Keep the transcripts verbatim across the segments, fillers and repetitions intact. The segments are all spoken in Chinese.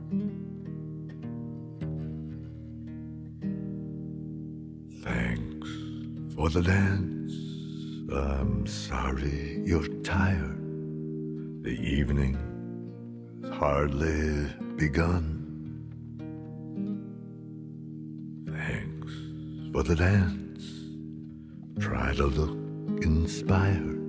Thanks for the dance. I'm sorry you're tired. The evening has hardly begun. Thanks for the dance. Try to look inspired.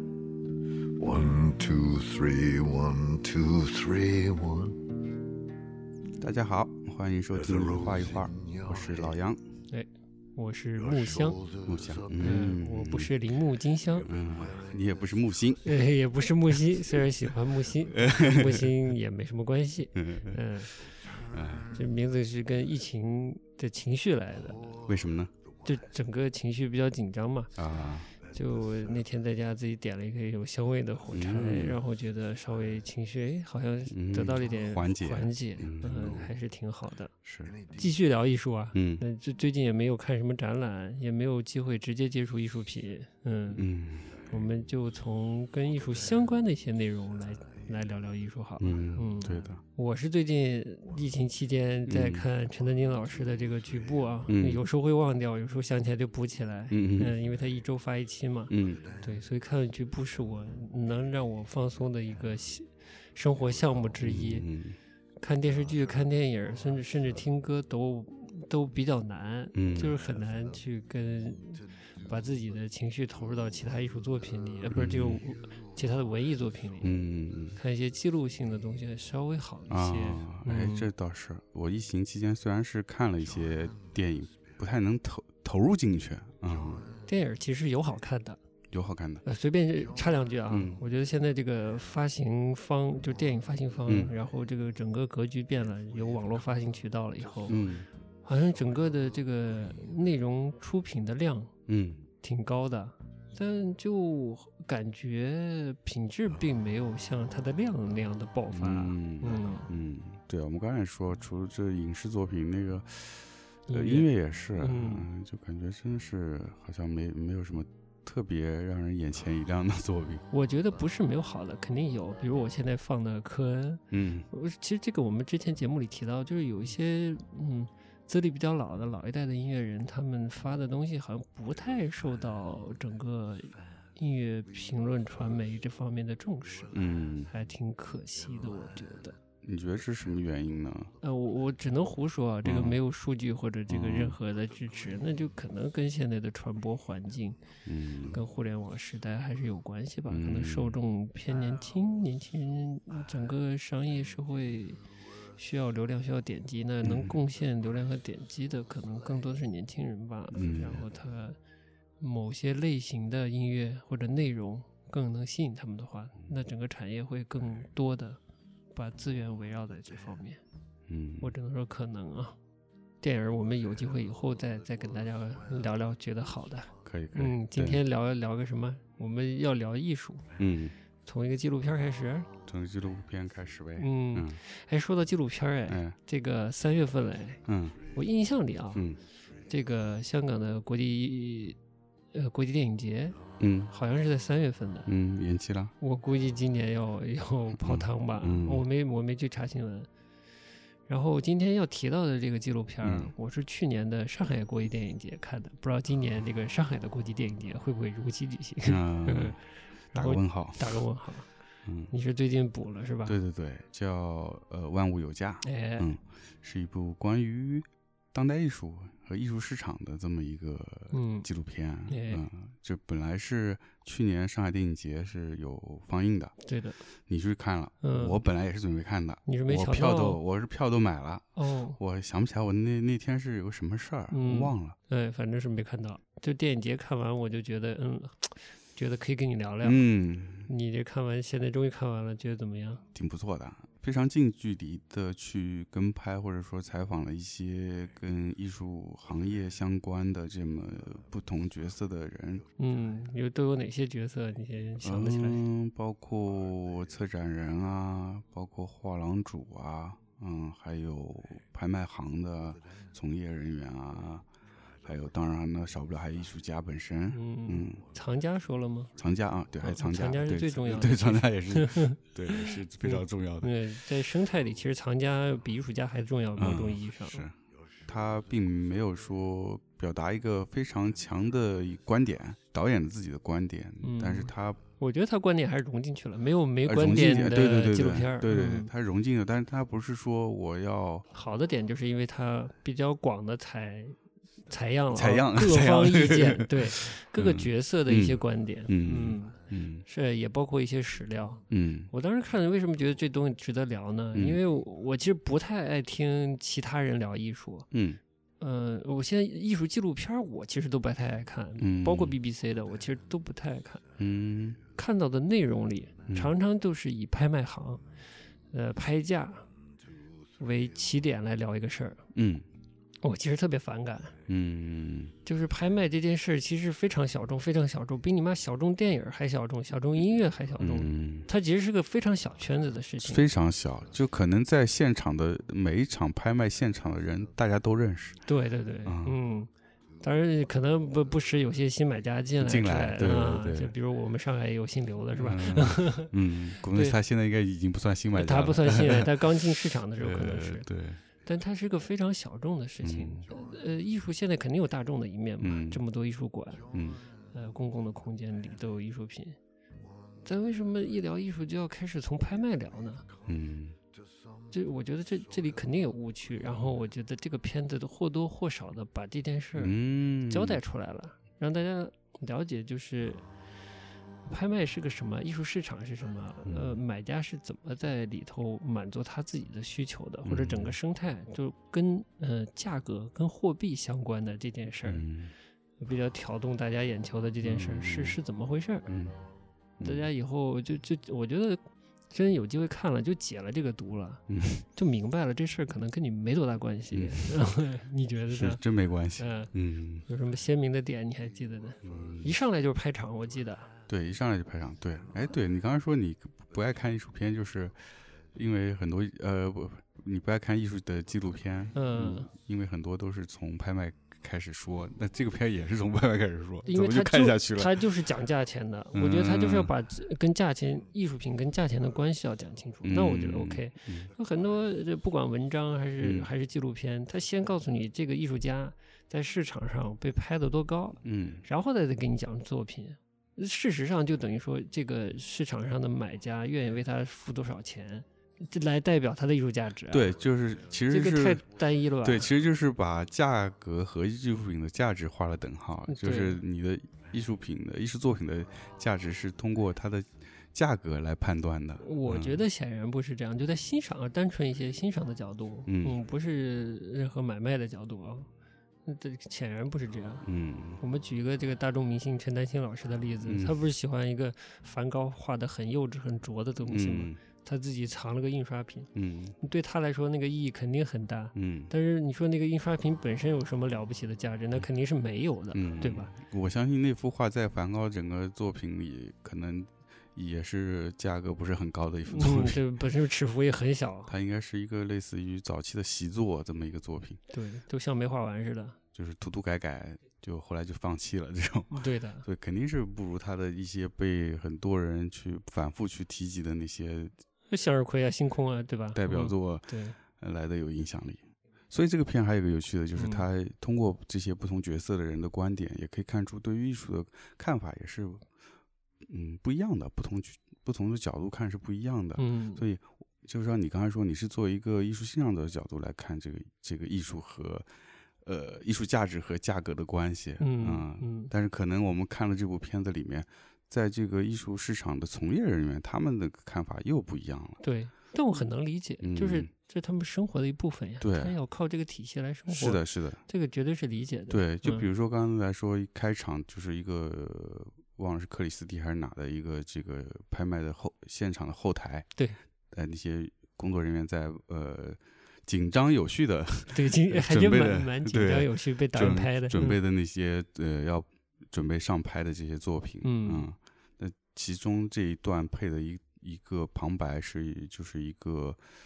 One, two, three, one, two, three, one. 大家好，欢迎收听画一画，我是老杨。 哎，我是木香， 木香， 嗯，我不是铃木金香， 嗯，你也不是木星， 呃，也不是木星，虽然喜欢木星，木星也没什么关系，嗯嗯，这名字是跟疫情的情绪来的。 为什么呢？ 就整个情绪比较紧张嘛， 啊， 就那天在家自己点了一个有香味的火柴， 嗯、 然后觉得稍微情绪哎好像得到了一点缓解， 缓解， 嗯， 嗯，还是挺好的。 是， 继续聊艺术啊， 嗯， 那最最近也没有看什么展览，也没有机会直接接触艺术品，嗯嗯， 我们就从跟艺术相关的一些内容来来聊聊艺术好了。 嗯嗯， 对的。 我是最近疫情期间在看陈德金老师的这个局部啊， 嗯、 有时候会忘掉，有时候想起来就补起来。 嗯嗯，因为他一周发一期嘛。 嗯， 对，所以看局部是我能让我放松的一个生活项目之一。 嗯， 看电视剧、看电影，甚至甚至听歌都都比较难， 嗯， 就是很难去跟把自己的情绪投入到其他艺术作品里，呃，不是这种其他的文艺作品里。 嗯， 看一些记录性的东西稍微好一些。 啊，哎， 嗯、 这倒是。我疫情期间虽然是看了一些电影，不太能投投入进去。嗯， 电影其实有好看的。 有好看的， 呃，随便插两句啊、 嗯， 我觉得现在这个发行方，就电影发行方、 嗯， 然后这个整个格局变了，有网络发行渠道了以后， 嗯， 好像整个的这个内容出品的量， 嗯， 挺高的，但就感觉品质并没有像它的量那样的爆发。 嗯嗯嗯，对，我们刚才说，除了这影视作品，那个呃音乐音乐也是， 嗯嗯，就感觉真的是好像没没有什么特别让人眼前一亮的作品。 我觉得不是没有好的，肯定有。比如我现在放的科恩， 嗯， 其实这个我们之前节目里提到，就是有一些嗯资历比较老的老一代的音乐人，他们发的东西好像不太受到整个音乐评论传媒这方面的重视， 嗯， 还挺可惜的，我觉得。 你觉得是什么原因呢？ 呃，我我只能胡说啊，这个嗯没有数据或者这个任何的支持，嗯、那就可能跟现在的传播环境， 嗯， 跟互联网时代还是有关系吧。 嗯、 可能受众偏年轻，年轻人整个商业社会需要流量，需要点击呢，能贡献流量和点击的，可能更多的是年轻人吧。 嗯、 然后他某些类型的音乐或者内容更能吸引他们的话，那整个产业会更多的把资源围绕在这方面。 嗯， 我只能说可能啊。电影我们有机会以后再再跟大家聊聊觉得好的。 可以可以。 嗯，今天聊聊个什么？我们要聊艺术。 嗯， 从一个纪录片开始。 从纪录片开始呗。 嗯， 嗯哎，说到纪录片哎， 哎这个三月份嘞， 嗯， 我印象里啊， 嗯， 这个香港的国际呃国际电影节， 嗯， 好像是在三月份的， 嗯，延期了。 我估计今年要要泡汤吧， 嗯嗯、 我没我没去查新闻。然后今天要提到的这个纪录片、 嗯、 我是去年的上海国际电影节看的，不知道今年这个上海的国际电影节会不会如期举行？ 嗯，打个问号， 打个问号。 嗯， 你是最近补了是吧？ 对对对，叫呃万物有价， 哎， 嗯，是一部关于当代艺术和艺术市场的这么一个纪录片。 嗯， 嗯，这本来是去年上海电影节是有放映的， 对的， 你去看了， 嗯， 我本来也是准备看的， 你是没抢到， 我票都我是票都买了， 哦， 我想不起来我那那天是有个什么事儿、嗯、忘了， 哎，反正是没看到。就电影节看完，我就觉得，嗯，觉得可以跟你聊聊。 嗯， 你这看完，现在终于看完了，觉得怎么样？ 挺不错的。非常近距离的去跟拍或者说采访了一些跟艺术行业相关的这么不同角色的人。 嗯，有都有哪些角色？你先想得起来？ 嗯，包括策展人啊，包括画廊主啊，嗯，还有拍卖行的从业人员啊， 还有当然呢少不了还有艺术家本身， 嗯嗯， 藏家说了吗？ 藏家啊，对，还有藏家， 藏家是对最重要的， 对，藏家也是，对，也是非常重要的。 对，在生态里，其实藏家比艺术家还重要，某种意义上。 嗯、是，他并没有说表达一个非常强的观点，导演的自己的观点， 嗯、 但是他。 我觉得他观点还是融进去了，没有没观点的纪录片， 对对对，他融进了，但是他不是说我要好的点，就是因为他比较广的采采样了， 采样各方意见，对各个角色的一些观点， 嗯嗯嗯，是也包括一些史料， 嗯， 我当时看为什么觉得这东西值得聊呢？ 嗯、 因为我我其实不太爱听其他人聊艺术， 嗯。 呃，我现在艺术纪录片我其实都不太爱看， 嗯， 包括 B B C 的，我其实都不太爱看。 嗯， 看到的内容里，常常都是以拍卖行、呃拍价为起点来聊一个事儿。 嗯， 我其实特别反感。 嗯， 就是拍卖这件事其实非常小众，非常小众，比你妈小众电影还小众，小众音乐还小众。 嗯， 它其实是个非常小圈子的事情， 非常小，就可能在现场的每一场拍卖现场的人，大家都认识。 对对对， 嗯。 嗯当然，可能不不时有些新买家进来， 进来，对对对， 就比如我们上海也有姓刘的，是吧？ 嗯，估计他现在应该已经不算新买家了， 他不算新买，他刚进市场的时候可能是对， 但它是个非常小众的事情。呃，艺术现在肯定有大众的一面嘛，这么多艺术馆， 嗯， 呃，公共的空间里都有艺术品，但为什么一聊艺术就要开始从拍卖聊呢？ 嗯。 就我觉得这这里肯定有误区，然后我觉得这个片子或多或少的把这件事交代出来了，嗯、让大家了解，就是拍卖是个什么，艺术市场是什么， 嗯、 呃，买家是怎么在里头满足他自己的需求的，或者整个生态就跟呃价格跟货币相关的这件事儿， 嗯、 比较挑动大家眼球的这件事儿、嗯、是是怎么回事？ 嗯， 大家以后就就我觉得。真有机会看了就解了这个毒了， 嗯， 就明白了这事儿可能跟你没多大关系，嗯、你觉得是真没关系？ 嗯嗯， 有什么鲜明的点你还记得呢？ 嗯、 一上来就是拍场，我记得。 对，一上来就拍场。对，哎，对你刚才说你不爱看艺术片，就是因为很多呃不，你不爱看艺术的纪录片， 嗯， 嗯因为很多都是从拍卖开始说，那这个片也是从拍卖开始说， 因为就看下去了。 他就是讲价钱的， 嗯、 我觉得他就是要把跟价钱、艺术品跟价钱的关系要讲清楚。 嗯、 那我觉得 OK。 嗯、 有很多不管文章还是、 嗯、 还是纪录片，他先告诉你这个艺术家在市场上被拍得多高， 嗯， 然后再再给你讲作品。事实上就等于说，这个市场上的买家愿意为他付多少钱。来代表它的艺术价值、啊， 对，就是其实是这个太单一了吧？ 对，其实就是把价格和艺术品的价值画了等号，就是你的艺术品的艺术作品的价值是通过它的价格来判断的。 我觉得显然不是这样，嗯、就在欣赏单纯一些欣赏的角度， 嗯， 嗯不是任何买卖的角度啊。这显然不是这样。 嗯， 我们举一个这个大众明星陈丹青老师的例子， 嗯、 他不是喜欢一个梵高画的很幼稚、很拙的东西吗？ 嗯他自己藏了个印刷品， 嗯， 对他来说那个意义肯定很大， 嗯， 但是你说那个印刷品本身有什么了不起的价值？那肯定是没有的， 嗯， 对吧？ 我相信那幅画在梵高整个作品里，可能也是价格不是很高的一幅作品， 嗯、对，本身尺幅也很小， 它应该是一个类似于早期的习作这么一个作品， 对，就像没画完似的， 就是涂涂改改，就后来就放弃了这种， 对的， 所以肯定是不如他的一些被很多人去反复去提及的那些。 向日葵啊，星空啊，对吧？ 代表作对来的有影响力，嗯、所以这个片还有一个有趣的，就是他通过这些不同角色的人的观点，嗯、也可以看出对于艺术的看法也是，嗯，不一样的，不同不同的角度看是不一样的。 嗯， 所以就是说，你刚才说你是作为一个艺术欣赏者的角度来看这个这个艺术和呃艺术价值和价格的关系， 嗯嗯， 嗯， 但是可能我们看了这部片子里面。在这个艺术市场的从业人员，他们的看法又不一样了。 对，但我很能理解， 嗯、 就是这是他们生活的一部分呀。 对， 他要靠这个体系来生活。 是的，是的， 这个绝对是理解的。 对，就比如说刚刚来说，一开场就是一个、嗯、忘了是克里斯蒂还是哪的一个这个拍卖的后现场的后台， 对， 呃，那些工作人员在呃紧张有序的， 对，还真蛮蛮紧张有序，被导演拍的， 准备的那些、嗯、呃要。准备上拍的这些作品， 嗯， 嗯那其中这一段配的一一个旁白是，就是一个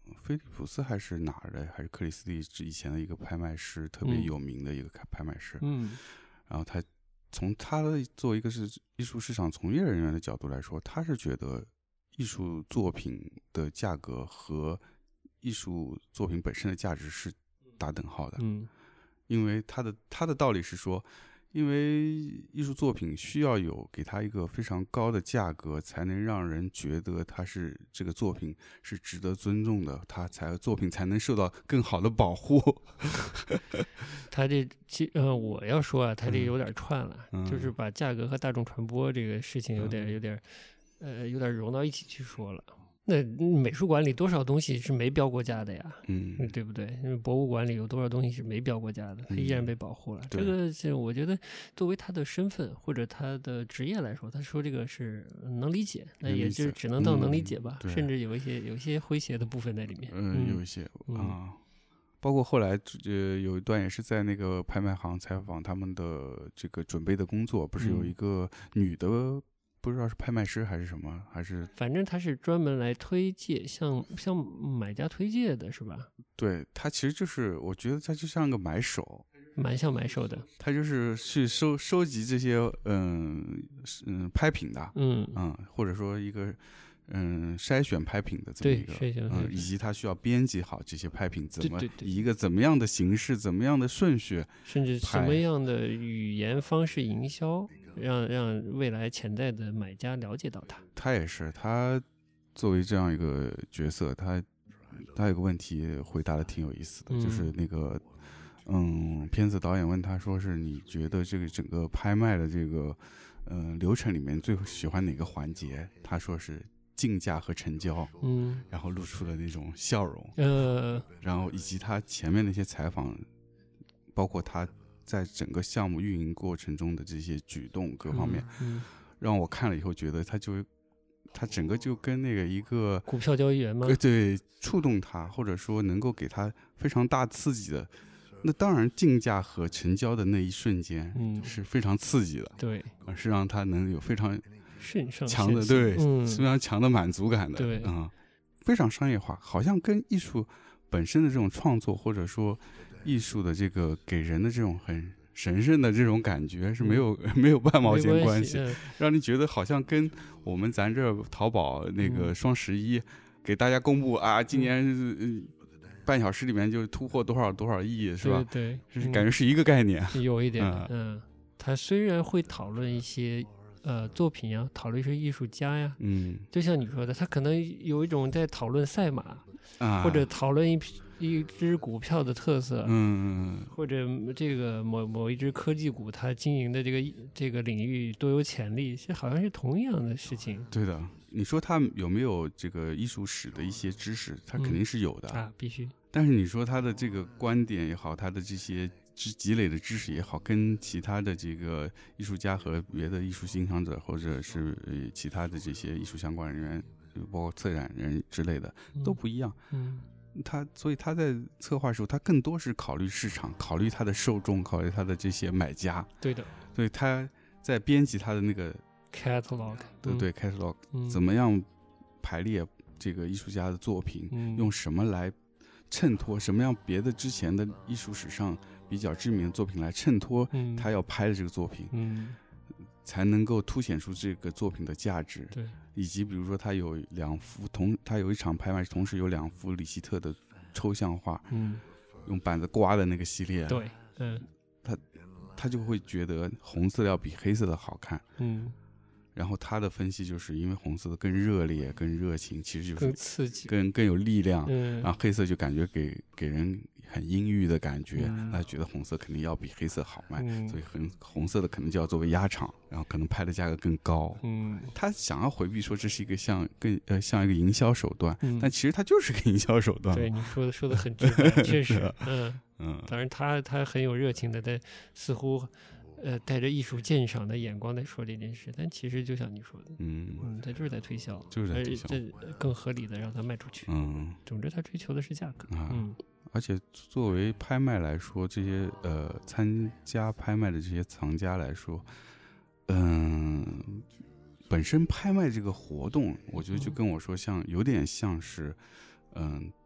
菲利普斯还是哪儿的，还是克里斯蒂以前的一个拍卖师，特别有名的一个拍卖师。 嗯， 然后他从他的作为一个是艺术市场从业人员的角度来说，他是觉得艺术作品的价格和艺术作品本身的价值是打等号的。 嗯， 因为他的他的道理是说，因为艺术作品需要有给他一个非常高的价格，才能让人觉得他是这个作品是值得尊重的，他才作品才能受到更好的保护。 他这其呃，我要说啊，他这有点串了， 嗯、 就是把价格和大众传播这个事情有点有点呃有点融到一起去说了。那美术馆里多少东西是没标过价的呀？ 嗯， 对不对？因为博物馆里有多少东西是没标过价的，它依然被保护了。嗯、这个是我觉得，作为他的身份或者他的职业来说，他说这个是能理解，那也就只能到能理解吧。 嗯、 甚至有一些有一些诙谐的部分在里面。 嗯，有一些啊、嗯呃，包括后来呃有一段也是在那个拍卖行采访他们的这个准备的工作，不是有一个女的。不知道是拍卖师还是什么，还是反正他是专门来推介，向向买家推介的，是吧？ 对，他其实就是，我觉得他就像个买手， 蛮像买手的。 他就是去收收集这些嗯嗯拍品的， 嗯嗯，或者说一个嗯筛选拍品的这么一个，嗯，以及他需要编辑好这些拍品，怎么对对对以一个怎么样的形式，怎么样的顺序， 甚至什么样的语言方式营销。让让未来潜在的买家了解到他。 他也是，他作为这样一个角色，他他有个问题回答的挺有意思的， 嗯、 就是那个嗯，片子导演问他说是你觉得这个整个拍卖的这个呃流程里面最喜欢哪个环节？他说是竞价和成交， 嗯， 然后露出了那种笑容， 呃， 然后以及他前面那些采访，包括他。在整个项目运营过程中的这些举动各方面， 嗯嗯、 让我看了以后觉得他就他整个就跟那个一个股票交易员吗？ 对，触动他或者说能够给他非常大刺激的，那当然竞价和成交的那一瞬间是非常刺激的， 嗯、对， 而是让他能有非常肾上强的对、 嗯、 非常强的满足感的， 对， 嗯，非常商业化，好像跟艺术本身的这种创作或者说。艺术的这个给人的这种很神圣的这种感觉是没有、嗯、没有半毛钱关系， 嗯、 让你觉得好像跟我们咱这淘宝那个双十一、嗯、给大家公布啊，今年、嗯、半小时里面就突破多少多少亿，是吧？ 对， 对，感觉是一个概念。 嗯、有一点， 嗯， 嗯，他虽然会讨论一些呃作品呀，讨论一些艺术家呀， 嗯， 就像你说的，他可能有一种在讨论赛马， 啊、 或者讨论一批。一只股票的特色， 嗯， 或者这个某某一只科技股，它经营的这个这个领域多有潜力，这好像是同样的事情。 对的，你说他有没有这个艺术史的一些知识？他肯定是有的、 嗯、啊，必须。 但是你说他的这个观点也好，他的这些积累的知识也好，跟其他的这个艺术家和别的艺术欣赏者，或者是其他的这些艺术相关人员，包括策展人之类的， 嗯、 都不一样。 嗯。 他所以他在策划的时候，他更多是考虑市场，考虑他的受众，考虑他的这些买家。 对的。 所以他在编辑他的那个 catalog， 对对、嗯、catalog，、 嗯、 怎么样排列这个艺术家的作品， 嗯、 用什么来衬托，什么样别的之前的艺术史上比较知名的作品来衬托他要拍的这个作品， 嗯， 才能够凸显出这个作品的价值。 对。 以及比如说他有两幅同他有一场拍卖同时有两幅里希特的抽象画， 嗯， 用板子刮的那个系列， 对，嗯， 他他就会觉得红色要比黑色的好看， 嗯， 然后他的分析就是因为红色的更热烈更热情，其实就是更刺激更更有力量， 嗯， 然后黑色就感觉给给人很阴郁的感觉， 嗯、 他觉得红色肯定要比黑色好卖， 嗯、 所以很红色的可能就要作为压场，然后可能拍的价格更高。 嗯， 他想要回避说这是一个像更呃像一个营销手段， 嗯、 但其实它就是个营销手段。 对，你说的说的很直白，确实，嗯嗯， 当然他他很有热情的在似乎。呃，带着艺术鉴赏的眼光在说这件事，但其实就像你说的， 嗯嗯，他就是在推销， 就是在推销， 这更合理的让他卖出去。 嗯， 总之他追求的是价格。 啊、 嗯， 而且作为拍卖来说，这些呃参加拍卖的这些藏家来说，嗯、呃，本身拍卖这个活动，我觉得就跟我说像有点像是，嗯、呃，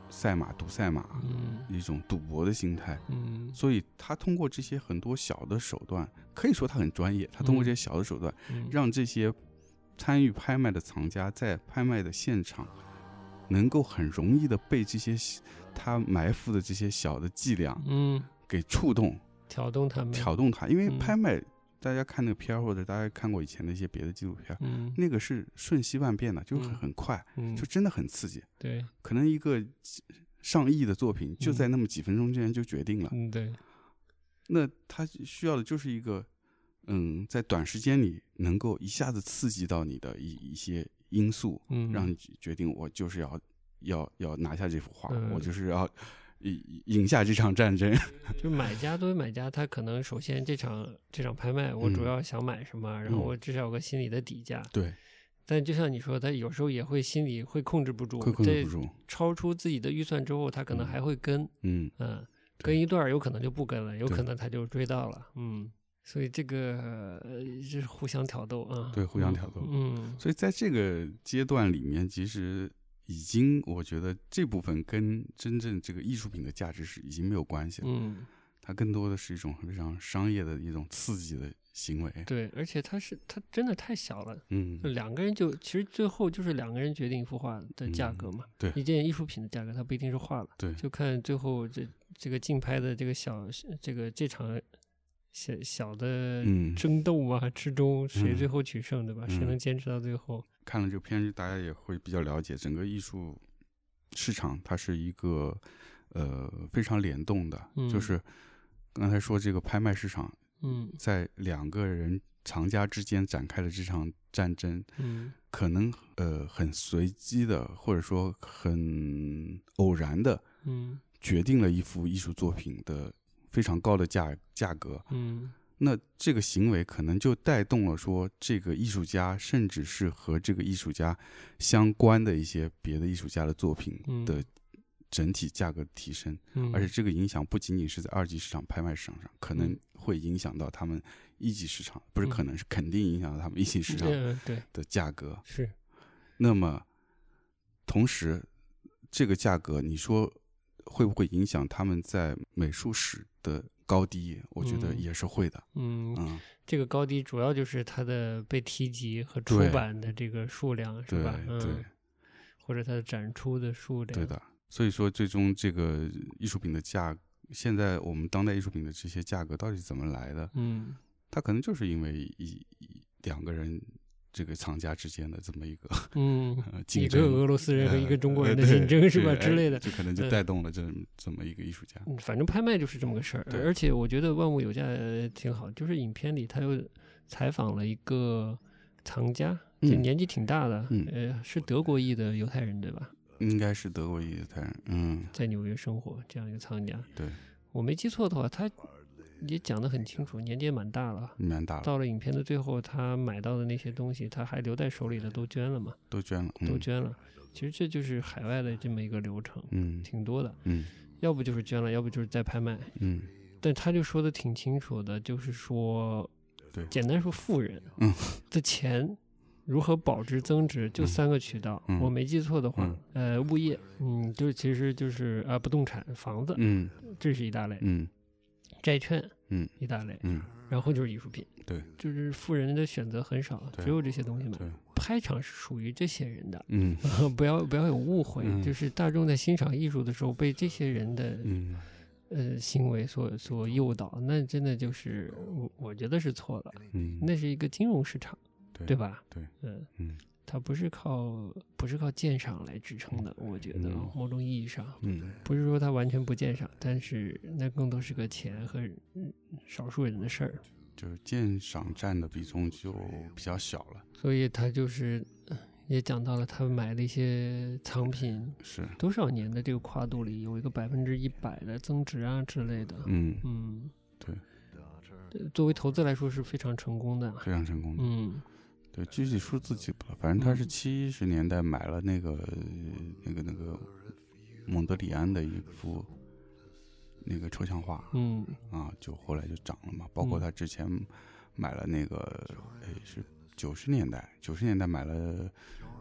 赛马赌赛马， 嗯， 一种赌博的心态， 嗯， 所以他通过这些很多小的手段，可以说他很专业，他通过这些小的手段， 嗯、 让这些参与拍卖的藏家在拍卖的现场能够很容易的被这些他埋伏的这些小的伎俩嗯给触动， 挑动他们， 挑动他，因为嗯拍卖、嗯、大家看那个片儿，或者大家看过以前的一些别的纪录片， 嗯， 那个是瞬息万变的，就很、 嗯、 很快、 嗯， 就真的很刺激。 对， 可能一个上亿的作品就在那么几分钟之间就决定了。 嗯，对。 那他需要的就是一个，嗯，在短时间里能够一下子刺激到你的一一些因素， 嗯， 让你决定我就是要要要拿下这幅画、 嗯， 我就是要赢下这场战争。 就买家作为买家，他可能首先这场这场拍卖，我主要想买什么，嗯、然后我至少有个心理的底价。 对。 但就像你说，他有时候也会心里会控制不住， 会控制不住， 超出自己的预算之后，他可能还会跟， 嗯嗯，跟一段有可能就不跟了，有可能他就追到了，嗯，所以这个呃是互相挑逗啊， 对，互相挑逗， 嗯， 所以在这个阶段里面，其实已经我觉得这部分跟真正这个艺术品的价值是已经没有关系了， 嗯， 它更多的是一种非常商业的一种刺激的行为。 对，而且它是它真的太小了， 嗯， 就两个人就其实最后就是两个人决定一幅画的价格嘛， 嗯、对， 一件艺术品的价格它不一定是画了， 对， 就看最后这这个竞拍的这个小这个这场小小的争斗嘛、嗯、之中，谁最后取胜，对吧？ 嗯、 谁能坚持到最后？ 看了这个片，大家也会比较了解整个艺术市场，它是一个呃非常联动的， 嗯、 就是刚才说这个拍卖市场。 嗯， 在两个人藏家之间展开了这场战争， 嗯， 可能呃很随机的，或者说很偶然的， 嗯， 决定了一幅艺术作品的非常高的价价格， 嗯， 那这个行为可能就带动了说这个艺术家，甚至是和这个艺术家相关的一些别的艺术家的作品的整体价格提升， 嗯、 而且这个影响不仅仅是在二级市场拍卖市场上，可能会影响到他们一级市场，不是可能是肯定影响到他们一级市场的价格。 是、嗯， 那么同时这个价格，你说会不会影响他们在美术史的高低？我觉得也是会的。 嗯嗯, 嗯， 这个高低主要就是它的被提及和出版的这个数量，是吧？ 对对、 嗯，或者它的展出的数量。 对的。所以说，最终这个艺术品的价，现在我们当代艺术品的这些价格到底怎么来的？ 嗯， 它可能就是因为一一两个人这个藏家之间的这么一个嗯、 呃、 一个俄罗斯人和一个中国人的竞争、呃、是吧、哎、之类的， 就可能就带动了这、嗯、这么一个艺术家。 反正拍卖就是这么个事儿，而且我觉得万物有价挺好，就是影片里他又采访了一个藏家，就年纪挺大的， 嗯、 呃，是德国裔的犹太人，对吧？ 应该是德国裔犹太人，嗯， 在纽约生活这样一个藏家。 对， 我没记错的话，他也讲得很清楚，年纪也蛮大了， 蛮大了。 到了影片的最后，他买到的那些东西，他还留在手里的都捐了嘛？ 都捐了，嗯、 都捐了。其实这就是海外的这么一个流程， 嗯， 挺多的， 嗯， 要不就是捐了，要不就是在拍卖， 嗯。 但他就说的挺清楚的，就是说， 对， 简单说，富人嗯的钱。如何保值增值？就三个渠道， 嗯、 我没记错的话， 嗯、 呃，物业，嗯，就是其实就是啊、呃，不动产、房子， 嗯， 这是一大类， 嗯， 债券， 嗯， 一大类， 嗯， 然后就是艺术品， 对， 就是富人的选择很少，只有这些东西买。拍场是属于这些人的， 嗯， 不要不要有误会， 嗯、 就是大众在欣赏艺术的时候被这些人的， 嗯， 呃，行为所所诱导，那真的就是我我觉得是错了， 嗯， 那是一个金融市场。 对, 对吧？ 对， 嗯嗯， 它不是靠不是靠鉴赏来支撑的， 嗯、 我觉得、嗯、某种意义上， 嗯， 不是说它完全不鉴赏，但是那更多是个钱和少数人的事儿， 就是鉴赏占的比重就比较小了， 所以他就是也讲到了他买的一些藏品是多少年的这个跨度里有一个百分之一百的增值啊之类的， 嗯嗯， 对， 作为投资来说是非常成功的， 非常成功的， 嗯。 对，具体数字记不了，反正他是七十年代买了那个、嗯、那个那个蒙德里安的一幅那个抽象画， 嗯啊，就后来就涨了嘛。包括他之前买了那个，哎、嗯，是九十年代，九十年代买了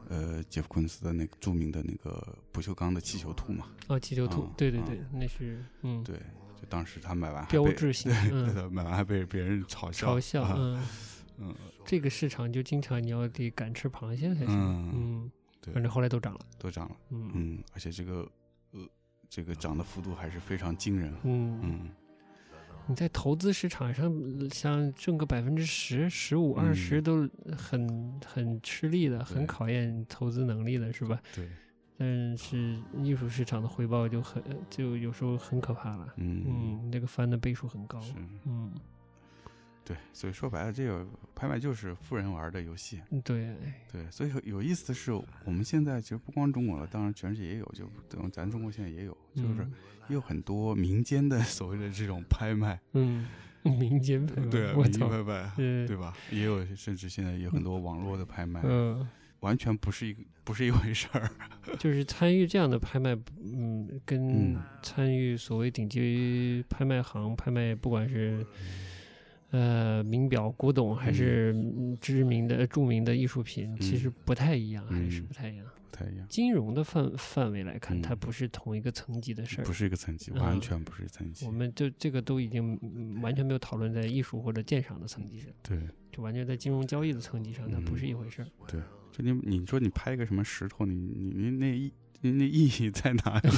呃杰夫昆斯的那个著名的那个不锈钢的气球兔嘛。 哦，气球兔， 嗯、 对对对，嗯、那是嗯， 对，就当时他买完标志性， 对， 嗯、 对买完还被别人嘲笑， 嘲笑， 啊、 嗯嗯， 这个市场就经常你要得敢吃螃蟹才行， 嗯， 嗯对， 反正后来都涨了， 都涨了， 嗯嗯，而且这个呃这个涨的幅度还是非常惊人， 嗯嗯。 你在投资市场上，像挣个百分之十、十五、二十，都很很吃力的，很考验投资能力的，是吧？ 对。 但是艺术市场的回报就很，就有时候很可怕了。 嗯嗯，那个翻的倍数很高。 是。 嗯， 对，所以说白了，这个拍卖就是富人玩的游戏。 对。 对，所以有意思的是，我们现在其实不光中国了，当然全世界也有，就等咱中国现在也有，就是。 嗯也有很多民间的所谓的这种拍卖， 嗯，民间拍卖， 对、啊，民间拍卖， 对, 对吧？也有，甚至现在有很多网络的拍卖， 嗯， 完全不是一个不是一回事儿。 就是参与这样的拍卖，嗯，跟参与所谓顶级拍卖行拍卖，不管是呃名表、古董还是知名的、著名的艺术品， 嗯、 其实不太一样， 嗯、 还是不太一样。 不太一样， 金融的范范围来看、 嗯， 它不是同一个层级的事儿， 不是一个层级，完全不是层级。 嗯、我们就这个都已经、嗯、完全没有讨论在艺术或者鉴赏的层级上， 对， 就完全在金融交易的层级上，它不是一回事儿、 嗯。对，就你你说你拍一个什么石头，你你你那意那意义在哪里？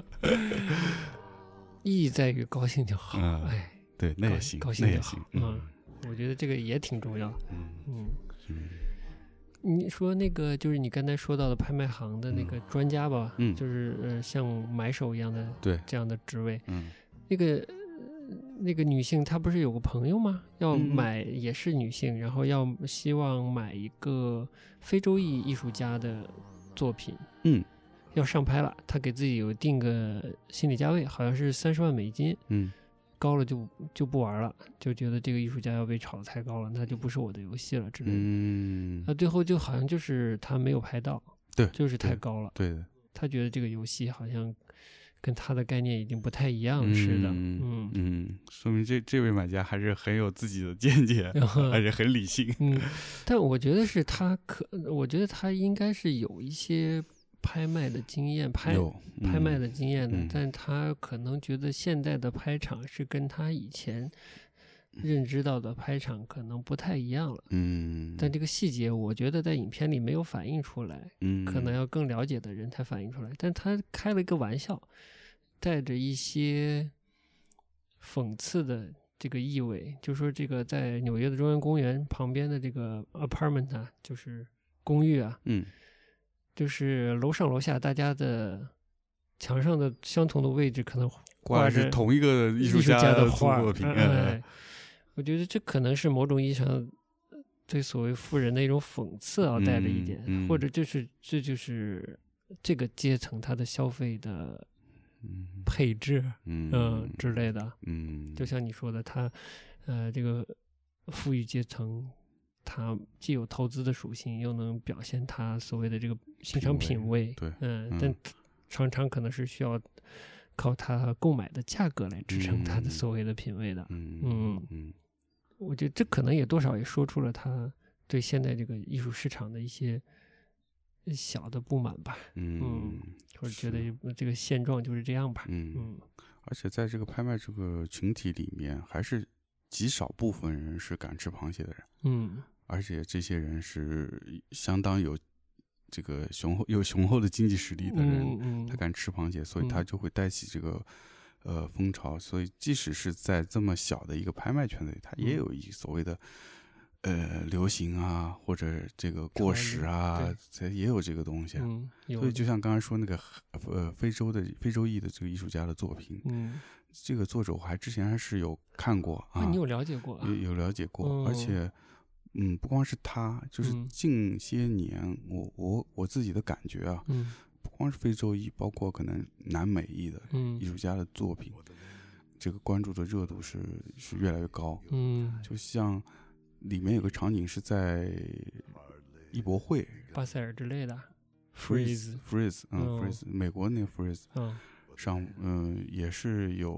意义在于高兴就好， 嗯、 哎， 对，那也行， 高兴就好， 嗯， 嗯，我觉得这个也挺重要， 嗯嗯。 嗯你说那个就是你刚才说到的拍卖行的那个专家吧， 嗯， 就是呃像买手一样的对这样的职位， 嗯， 那个、呃、那个女性她不是有个朋友吗？要买、嗯、也是女性，然后要希望买一个非洲裔艺术家的作品， 嗯， 要上拍了，她给自己有定个心理价位，好像是三十万美金， 嗯。 高了就就不玩了，就觉得这个艺术家要被炒得太高了，那就不是我的游戏了之类的。 嗯， 那最后就好像就是他没有拍到， 对， 就是太高了。 对的， 他觉得这个游戏好像跟他的概念已经不太一样似的。 嗯嗯, 嗯，说明这这位买家还是很有自己的见解，而且很理性。 嗯，但我觉得是他可，我觉得他应该是有一些拍卖的经验，拍、嗯、拍卖的经验的、嗯，但他可能觉得现在的拍场是跟他以前认知到的拍场可能不太一样了。 嗯， 但这个细节我觉得在影片里没有反映出来， 嗯， 可能要更了解的人才反映出来。但他开了一个玩笑，带着一些讽刺的这个意味，就说这个在纽约的中央公园旁边的这个 apartment 啊，就是公寓啊， 嗯。 就是楼上楼下大家的墙上的相同的位置可能挂着同一个艺术家的画作品、 哎，我觉得这可能是某种意义上对所谓富人的一种讽刺啊，带着一点、 嗯嗯、 或者就是这就是这个阶层他的消费的配置嗯、 呃、之类的， 嗯， 就像你说的他呃这个富裕阶层他既有投资的属性，又能表现他所谓的这个欣赏品味， 对， 嗯，但常常可能是需要靠他购买的价格来支撑他的所谓的品味的， 嗯嗯, 嗯我觉得这可能也多少也说出了他对现在这个艺术市场的一些小的不满吧， 嗯, 嗯或者觉得这个现状就是这样吧， 嗯, 嗯， 而且在这个拍卖这个群体里面，还是极少部分人是敢吃螃蟹的人， 嗯。 而且这些人是相当有这个雄厚有雄厚的经济实力的人， 嗯嗯、 他敢吃螃蟹，所以他就会带起这个、嗯、呃风潮。所以即使是在这么小的一个拍卖圈子里，他也有一所谓的、嗯、呃流行啊，或者这个过时啊，这也有这个东西、 嗯。 所以就像刚才说那个呃非洲的非洲裔的这个艺术家的作品， 嗯。 这个作者我还之前还是有看过啊， 啊你有了解过、啊？ 有有了解过， 嗯、 而且。嗯，不光是他，就是近些年，嗯、我我我自己的感觉啊， 嗯， 不光是非洲裔，包括可能南美裔的艺术家的作品，嗯、这个关注的热度是是越来越高。 嗯， 就像里面有个场景是在艺博会， 巴塞尔之类的 ，Freeze Freeze， 嗯、 哦、 ，Freeze， 美国那个 Freeze， 嗯。 上嗯、呃、也是有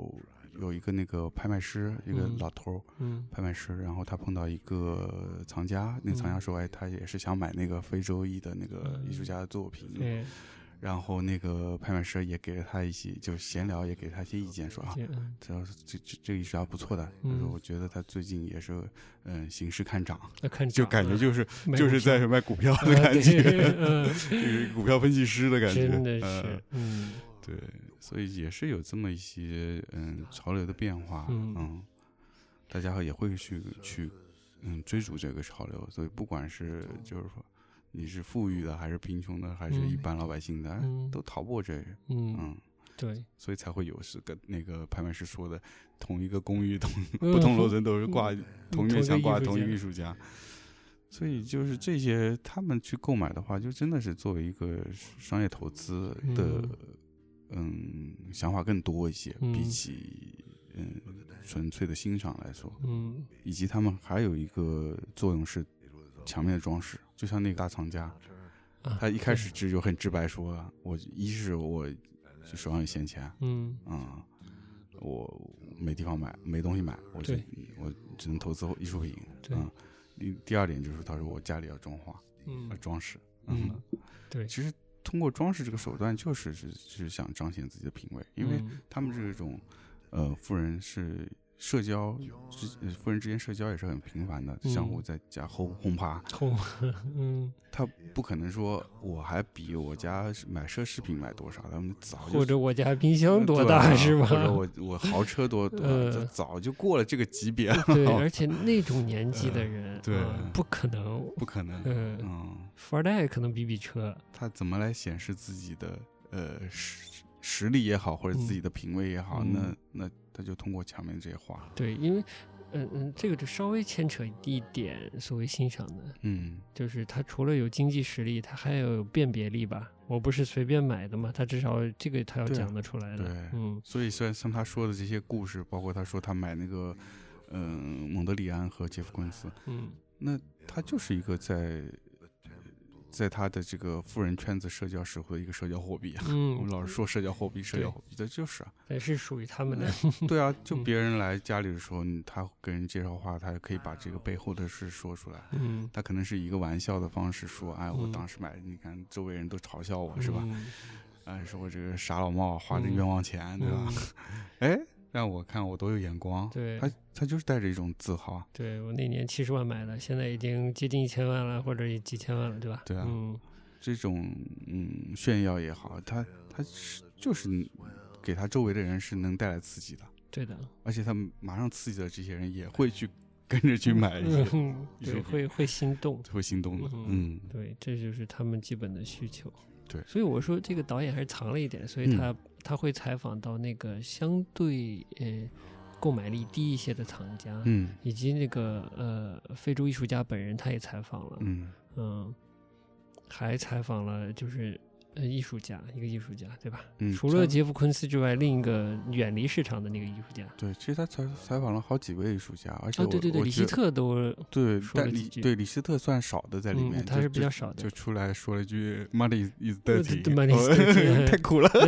有一个那个拍卖师，一个嗯老头儿， 嗯拍卖师，然后他碰到一个藏家，那个藏家说，哎，他也是想买那个非洲裔的那个艺术家的作品， 对， 然后那个拍卖师也给了他一些，就闲聊，也给他一些意见，说啊， 嗯这这这这个艺术家不错的，他说我觉得他最近也是，嗯，形势看涨， 那看就感觉就是买就是在卖股票的感觉，就是股票分析师的感觉， 真的是，嗯， 对，所以也是有这么一些嗯潮流的变化， 嗯嗯，大家也会去去嗯追逐这个潮流，所以不管是就是说你是富裕的还是贫穷的还是一般老百姓的， 嗯、 都逃不过这个， 嗯嗯， 对， 所以才会有是跟那个拍卖师说的，同一个公寓同、嗯、不同楼层都是挂、嗯、同一面墙挂同一个艺术家。所以就是这些，他们去购买的话，就真的是作为一个商业投资的，嗯，嗯想法更多一些， 嗯、 比起嗯纯粹的欣赏来说， 嗯， 以及他们还有一个作用是墙面的装饰，就像那个大藏家， 啊、 他一开始就很直白说，我一是我手上有闲钱， 嗯嗯，我没地方买，没东西买，我就我只能投资艺术品，嗯。第二点就是他说我家里要装潢， 嗯， 要装饰，嗯， 对， 其实通过装饰这个手段就是是是想彰显自己的品味，因为他们这种呃富人是社交之富人之间社交也是很频繁的， 嗯、 相互在家轰轰趴， 轰，嗯， 他不可能说我还比我家买奢侈品买多少，他们早就或者我家冰箱多大、 啊、 是吧？ 或者我我豪车多多， 呃、 早就过了这个级别了。 对，而且那种年纪的人， 呃、对、 呃，不可能， 不可能， 嗯、 呃、嗯， 富二代可能比比车， 他怎么来显示自己的呃实实力也好，或者自己的品味也好， 嗯、 那那他就通过墙面这些画， 对，因为。嗯嗯，这个就稍微牵扯一点所谓欣赏的， 嗯， 就是他除了有经济实力，他还要有辨别力吧。我不是随便买的嘛，他至少这个他要讲得出来的。 对， 嗯， 所以虽然像他说的这些故事，包括他说他买那个，嗯、呃，蒙德里安和杰夫昆斯， 嗯， 那他就是一个在。在他的这个富人圈子社交时候的一个社交货币啊， 嗯， 我们老是说社交货币，社交货币，这就是啊， 也是属于他们的。 对啊，就别人来家里的时候，他跟人介绍话，他可以把这个背后的事说出来。 嗯， 他可能是以一个玩笑的方式说，哎，我当时买，你看周围人都嘲笑我， 嗯、 是吧？哎，说我这个傻老帽花这冤枉钱， 嗯、 对吧？哎、嗯。让我看我多有眼光， 对， 他他就是带着一种自豪。 对，我那年七十万买的，现在已经接近一千万了，或者几千万了，对吧？ 对啊， 嗯， 这种嗯炫耀也好，他他是就是给他周围的人是能带来刺激的。 对的， 而且他马上刺激的这些人也会去跟着去买一些， 嗯、对，会会心动， 会心动的。嗯， 嗯对，这就是他们基本的需求。 对， 所以我说这个导演还是藏了一点，所以他、嗯、他会采访到那个相对呃购买力低一些的藏家， 嗯， 以及那个呃非洲艺术家本人，他也采访了， 嗯嗯，还采访了就是呃艺术家，一个艺术家，对吧？ 嗯， 除了杰夫昆斯之外，另一个远离市场的那个艺术家。 对，其实他采采访了好几位艺术家，而且我、 哦、对对对，李希特都对，但李对李希特算少的在里面， 嗯、他是比较少的， 就, 就出来说了一句 "Money is dirty"， money is dirty 太苦了。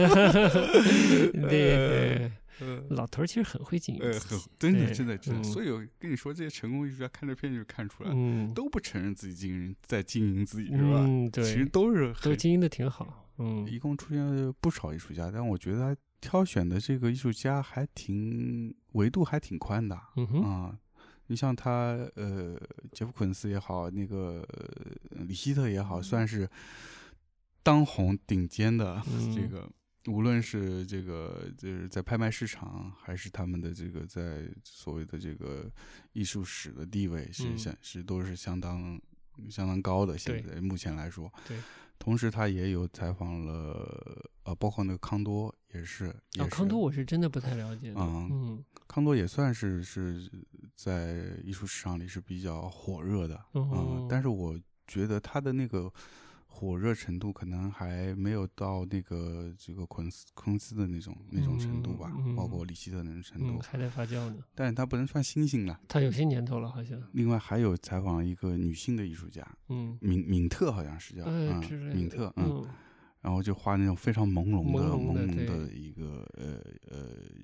对。老头其实很会经营、 呃，很真的真的真的、嗯，所以我跟你说，这些成功艺术家看这片就看出来， 嗯， 都不承认自己经营在经营自己，是吧？ 嗯，对， 其实都是都经营的挺好，嗯， 一共出现了不少艺术家，但我觉得他挑选的这个艺术家还挺维度还挺宽的， 嗯哼啊，你像他呃，杰夫昆斯也好，那个、呃、李希特也好，算是当红顶尖的这个。嗯，无论是这个就是在拍卖市场，还是他们的这个在所谓的这个艺术史的地位，是相、嗯、是都是相当相当高的。现在目前来说， 对。 同时，他也有采访了呃，包括那个康多也是。也是啊，康多我是真的不太了解的。 嗯， 嗯康多也算是是在艺术市场里是比较火热的。 嗯， 嗯但是我觉得他的那个。火热程度可能还没有到那个这个昆斯昆斯的那种那种程度吧， 嗯、 包括李希特那种程度、 嗯，还在发酵呢。 但是他不能算新星了， 他有些年头了好像。 另外还有采访一个女性的艺术家， 嗯， 敏敏特好像是叫， 呃、 嗯，敏特，嗯， 嗯， 然后就画那种非常朦胧的朦胧的朦胧的一个呃呃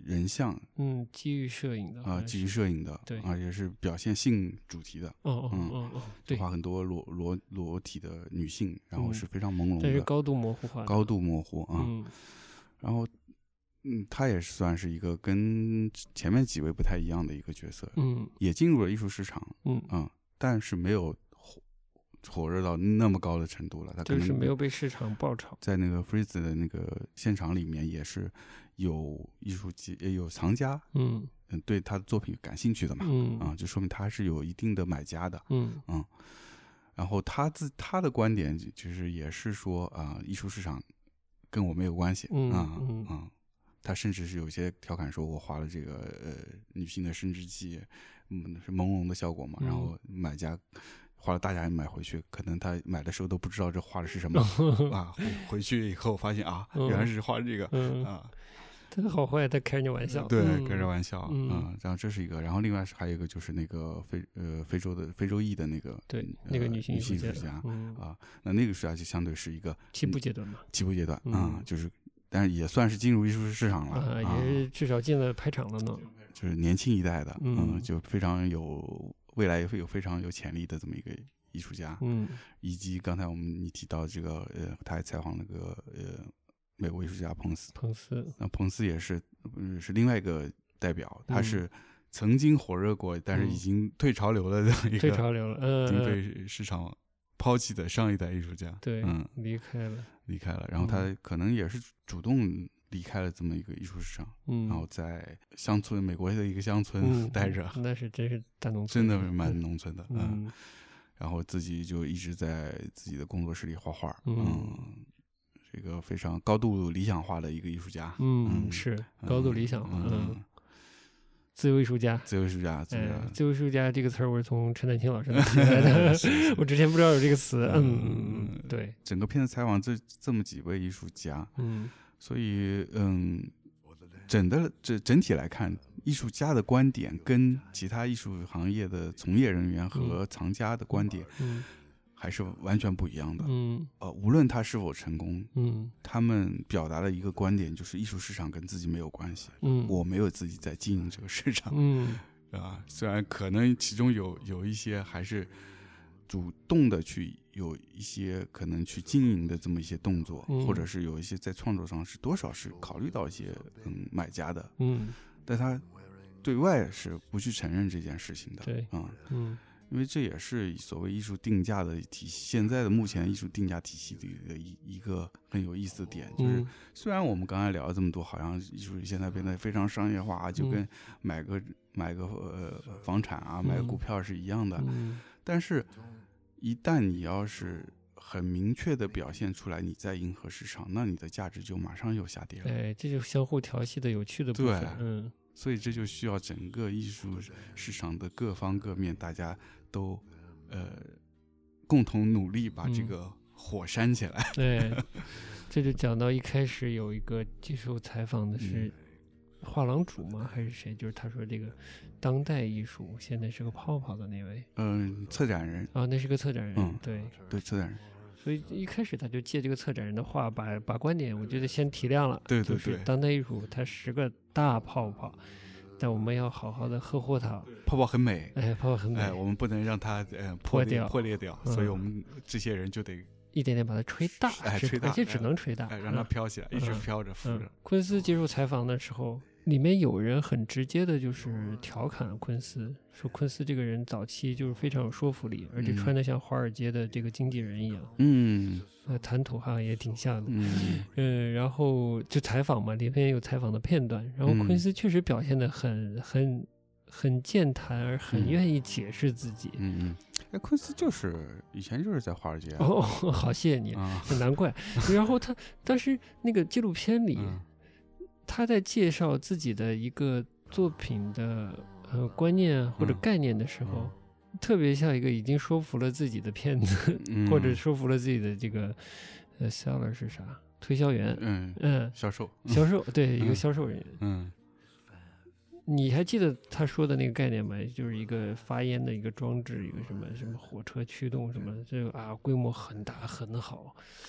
人像， 嗯，基于摄影的啊、呃，基于摄影的， 对， 而且是表现性主题的。 哦哦哦哦，对， 画很多裸裸裸体的女性，然后是非常朦胧的， 但是高度模糊化的， 高度模糊啊。 嗯， 然后，嗯，他也算是一个跟前面几位不太一样的一个角色， 嗯， 也进入了艺术市场， 嗯嗯，但是没有火火热到那么高的程度了。他可能就是没有被市场爆炒。 在那个 Freeze 的那个现场里面，也是有艺术家、有藏家， 嗯嗯，对他的作品感兴趣的嘛， 嗯啊，就说明他是有一定的买家的， 嗯嗯。然后他自他的观点就是也是说啊、呃，艺术市场跟我没有关系， 嗯啊嗯啊，他甚至是有些调侃说，我画了这个呃女性的生殖器，嗯，是朦胧的效果嘛， 嗯、 然后买家花了大价买回去，可能他买的时候都不知道这画的是什么啊，回回去以后发现啊， 嗯、 原来是画这个、 嗯、 啊。 他好坏，他开人家玩笑， 对， 嗯、 开着玩笑， 嗯、 啊，然后这是一个，然后另外还有一个就是那个非呃非洲的非洲裔的那个对、 呃、 那个女性艺术家， 家、 嗯、 啊，那那个艺术家就相对是一个起步阶段嘛， 起步阶段啊、 嗯， 就是但是也算是进入艺术市场了， 啊，也是至少进了拍场了呢， 就是年轻一代的， 嗯， 嗯就非常有未来也会有非常有潜力的这么一个艺术家， 嗯， 以及刚才我们你提到这个呃，他还采访那个呃。美国艺术家彭斯， 彭斯， 那彭斯也是，呃、是另外一个代表，他是曾经火热过，嗯、但是已经退潮流了的一个， 退潮流了，嗯， 已经被市场抛弃的上一代艺术家， 对， 嗯， 离开了， 离开了，然后他可能也是主动离开了这么一个艺术市场， 嗯， 然后在乡村，美国的一个乡村待着， 嗯、那是真是大农村， 真的是蛮农村的， 嗯， 嗯，然后自己就一直在自己的工作室里画画， 嗯。 嗯一个非常高度理想化的一个艺术家， 嗯， 嗯是高度理想化，嗯， 嗯自由艺术家， 自由艺术家，自由艺术家， 哎、自由艺术家这个词儿我是从陈丹青老师那听来的，是是我之前不知道有这个词，嗯嗯，对， 整个片子采访这这么几位艺术家， 嗯， 所以嗯，整的这整体来看，艺术家的观点跟其他艺术行业的从业人员和藏家的观点， 嗯。嗯还是完全不一样的。 嗯， 呃，无论他是否成功， 嗯， 他们表达的一个观点就是艺术市场跟自己没有关系。 嗯， 我没有自己在经营这个市场。 嗯， 啊，虽然可能其中有有一些还是主动的去有一些可能去经营的这么一些动作， 嗯、 或者是有一些在创作上是多少是考虑到一些嗯买家的， 嗯， 但他对外是不去承认这件事情的。 对， 嗯嗯。 因为这也是所谓艺术定价的体系，现在的目前艺术定价体系的一一个很有意思的点，就是虽然我们刚才聊了这么多，好像艺术现在变得非常商业化，就跟买个买个呃房产啊、买个股票是一样的，但是一旦你要是很明确的表现出来你在迎合市场，那你的价值就马上又下跌了。 哎，这就相互调戏的有趣的部分。 对， 嗯。 所以这就需要整个艺术市场的各方各面，大家都呃共同努力把这个火煽起来。 对、嗯，这就讲到一开始有一个接受采访的是画廊主吗？还是谁？就是他说这个当代艺术现在是个泡泡的那位。 嗯，策展人啊，那是个策展人。 嗯， 对对，策展人。 所以一开始他就借这个策展人的话，把把观点我觉得先提亮了。 对对对， 就是当代艺术它是个大泡泡，但我们要好好的呵护它。 泡泡很美， 哎，泡泡很美， 哎，我们不能让它呃破掉、 破裂掉， 嗯、 所以我们这些人就得一点点把它吹大， 哎，吹大， 而且只能吹大， 哎，让它飘起来， 嗯、 一直飘着、浮着、 嗯。昆斯接受采访的时候，里面有人很直接的就是调侃昆斯，说昆斯这个人早期就是非常有说服力，而且穿得像华尔街的这个经纪人一样。 嗯， 呃，谈吐好像也挺像的。 嗯嗯，然后就采访嘛，里面有采访的片段，然后昆斯确实表现得很很很健谈，而很愿意解释自己。 嗯嗯，哎，昆斯就是以前就是在华尔街、啊。 哦，好，谢谢你， 啊、 难怪。然后他，但是那个纪录片里。 嗯他在介绍自己的一个作品的呃观念或者概念的时候、嗯，特别像一个已经说服了自己的骗子，嗯、或者说服了自己的这个呃 seller 是啥？推销员， 嗯嗯， 销售， 销售，对， 嗯、 一个销售人员。 嗯， 你还记得他说的那个概念吗？就是一个发烟的一个装置，一个什么什么火车驱动什么，这个啊规模很大很好。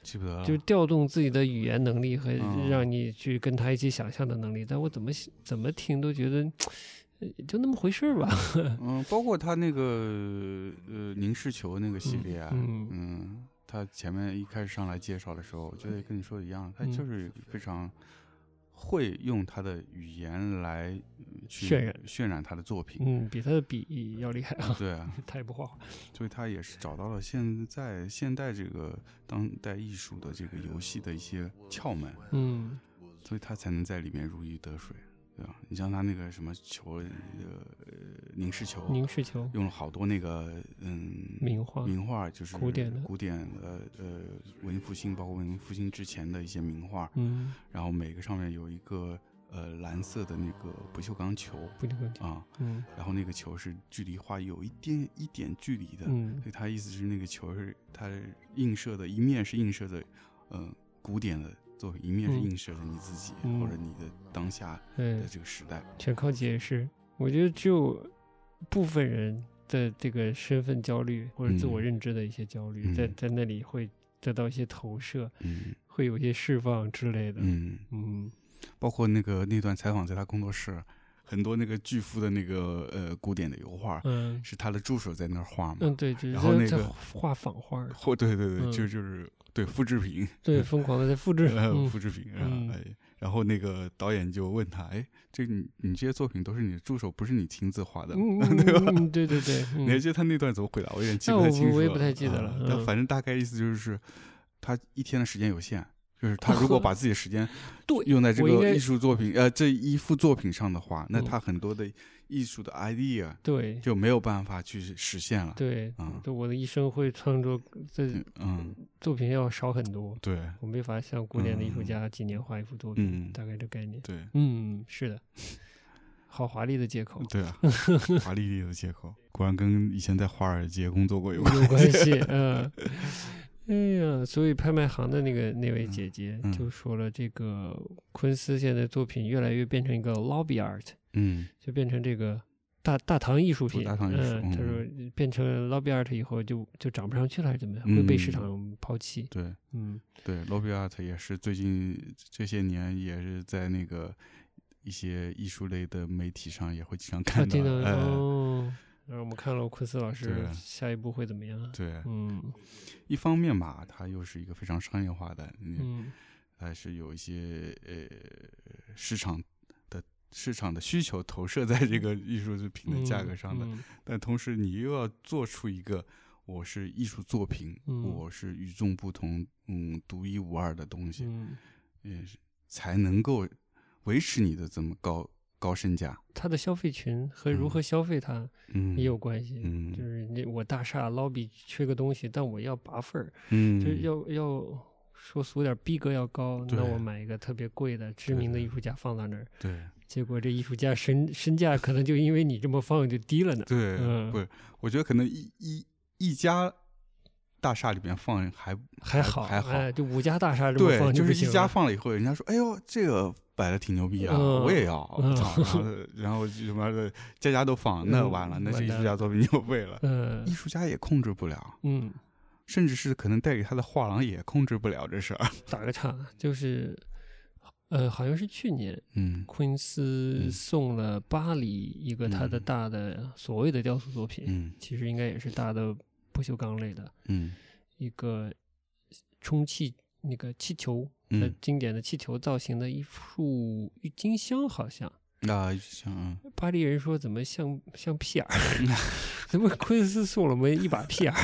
记不得了， 就调动自己的语言能力和嗯让你去跟他一起想象的能力。但我怎么怎么听都觉得呃就那么回事儿吧。 嗯，包括他那个呃凝视球那个系列啊， 嗯嗯，他前面一开始上来介绍的时候，我觉得跟你说的一样，他嗯就是非常会用他的语言来呃去渲染渲染他的作品。 嗯，比他的笔要厉害啊。 对啊， 他也不画画。 所以他也是找到了现在现代这个当代艺术的这个游戏的一些窍门， 嗯所以他才能在里面如鱼得水，对吧？你像他那个什么球，呃，凝视球， 凝视球用了好多那个嗯名画名画，就是古典的古典的呃文艺复兴，包括文艺复兴之前的一些名画， 嗯， 然后每个上面有一个呃蓝色的那个不锈钢球不能够啊， 嗯然后那个球是距离画有一点一点距离的， 嗯所以他意思是那个球是它映射的一面是映射的呃古典的作品，一面是嗯映射着你自己、 嗯或者你的当下对的，这个时代。 全靠解释。我觉得只有部分人的这个身份焦虑或者自我嗯认知的一些焦虑， 嗯在在那里会得到一些投射， 嗯会有一些释放之类的。 嗯， 嗯包括那个那段采访在他工作室，很多那个巨幅的那个呃古典的油画， 嗯是他的助手在那儿画嘛。 嗯，对，就是在然后那个画仿画儿， 或对对对， 嗯就就是对复制品， 对，疯狂的在复制。 呃嗯复制品，然嗯后哎，然后那个导演就问他，哎，这你你这些作品都是你的助手，不是你亲自画的吗？ 嗯嗯嗯嗯，对对对。嗯你还记得他那段怎么回答？我有点记那我不太清楚了， 我也不太记得了啊但嗯反正大概意思就是，他一天的时间有限，就是他如果把自己的时间对用在这我应该个艺术作品，呃，这一幅作品上的话，那嗯他很多的艺术的 idea 对就没有办法去实现了。 对嗯， 对，我的一生会创作这嗯， 作品要少很多， 对我没法像古典的艺术嗯家几年画一幅作品， 嗯大概这概念。 对嗯，是的，好华丽的借口。 对啊，华丽丽的借口，果然跟以前在华尔街工作过有有关关系，嗯。哎呀，所以拍卖行的那个那位姐姐嗯就说了，这个昆斯现在作品越来越变成一个 lobby art， 嗯就变成这个大大堂艺术品。 大堂艺术嗯，他嗯说变成 lobby art 以后就就涨不上去了，还是怎么样？ 嗯会被市场抛弃。 对嗯对 lobby art 也是最近这些年也是在那个一些艺术类的媒体上也会经常看到， 他听到哎， 哦，然后我们看了昆斯老师对下一步会怎么样？ 对， 嗯一方面吧，它又是一个非常商业化的，嗯， 嗯还是有一些呃市场的市场的需求投射在这个艺术品的价格上的， 嗯但同时你又要做出一个我是艺术作品， 嗯我是与众不同，嗯，独一无二的东西， 嗯， 也是才能够维持你的这么高高身价， 他的消费群和如何消费它嗯， 也有关系。 嗯， 就是你我大厦 lobby 缺个东西，但我要拔份儿， 嗯， 就是要要说俗点儿，逼格要高， 对那我买一个特别贵的知名的艺术家放到那儿， 对结果这艺术家身身价可能就因为你这么放就低了呢。 对， 嗯不是，我觉得可能一一一家大厦里面放还还好还好， 哎，就五家大厦这么对， 放就是一家不行了放了以后，人家说，哎呦，这个摆的挺牛逼啊， 嗯我也要，我嗯操，然后然后什么的，家家都放，那嗯完了，那是艺完蛋术家作品就废了， 嗯艺术家也控制不了， 嗯， 甚至是可能带给他的画廊也控制不了这事儿， 打个岔，就是呃，好像是去年嗯昆斯嗯送了巴黎一个他的嗯大的所谓的雕塑作品， 嗯其实应该也是大的不锈钢类的嗯一个充气那个气球的嗯， 经典的气球造型的一束郁金香，好像那像嗯巴黎人说怎么像像屁眼儿，怎么昆斯送了我们一把屁眼儿？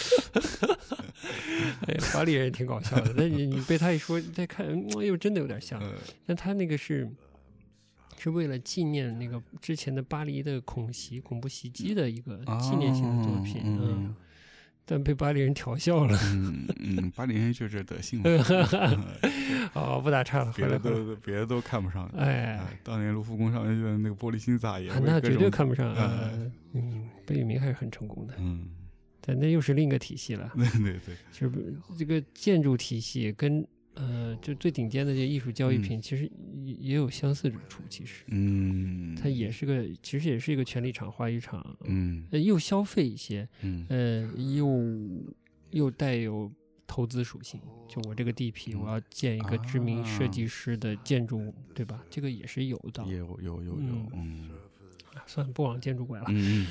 哎呀，巴黎人挺搞笑的。但你你被他一说，再看，嗯哎呦，真的有点像。 呃但他那个是是为了纪念那个之前的巴黎的恐袭、恐怖袭击的一个纪念性的作品， 哦嗯，但被巴黎人调笑了。 嗯嗯，巴黎人就这德性嘛， 哦，不打岔了， 别的回来回来。 都别的都看不上， 哎哎，当年卢浮宫上的那个玻璃心脏也啊那绝对为各种看不上。 哎呃嗯，贝聿铭还是很成功的， 嗯， 但那又是另一个体系了。 对对对， 就是这个建筑体系跟呃，就最顶尖的这些艺术交易品， 嗯其实也也有相似之处。其实嗯， 它也是个，其实也是一个权力场、话语场， 嗯呃，又消费一些， 嗯呃，又又带有投资属性，就我这个地皮，我要建一个知名设计师的建筑，啊、对吧？这个也是有的， 也有有有有，嗯，嗯算了，不往建筑拐了。 嗯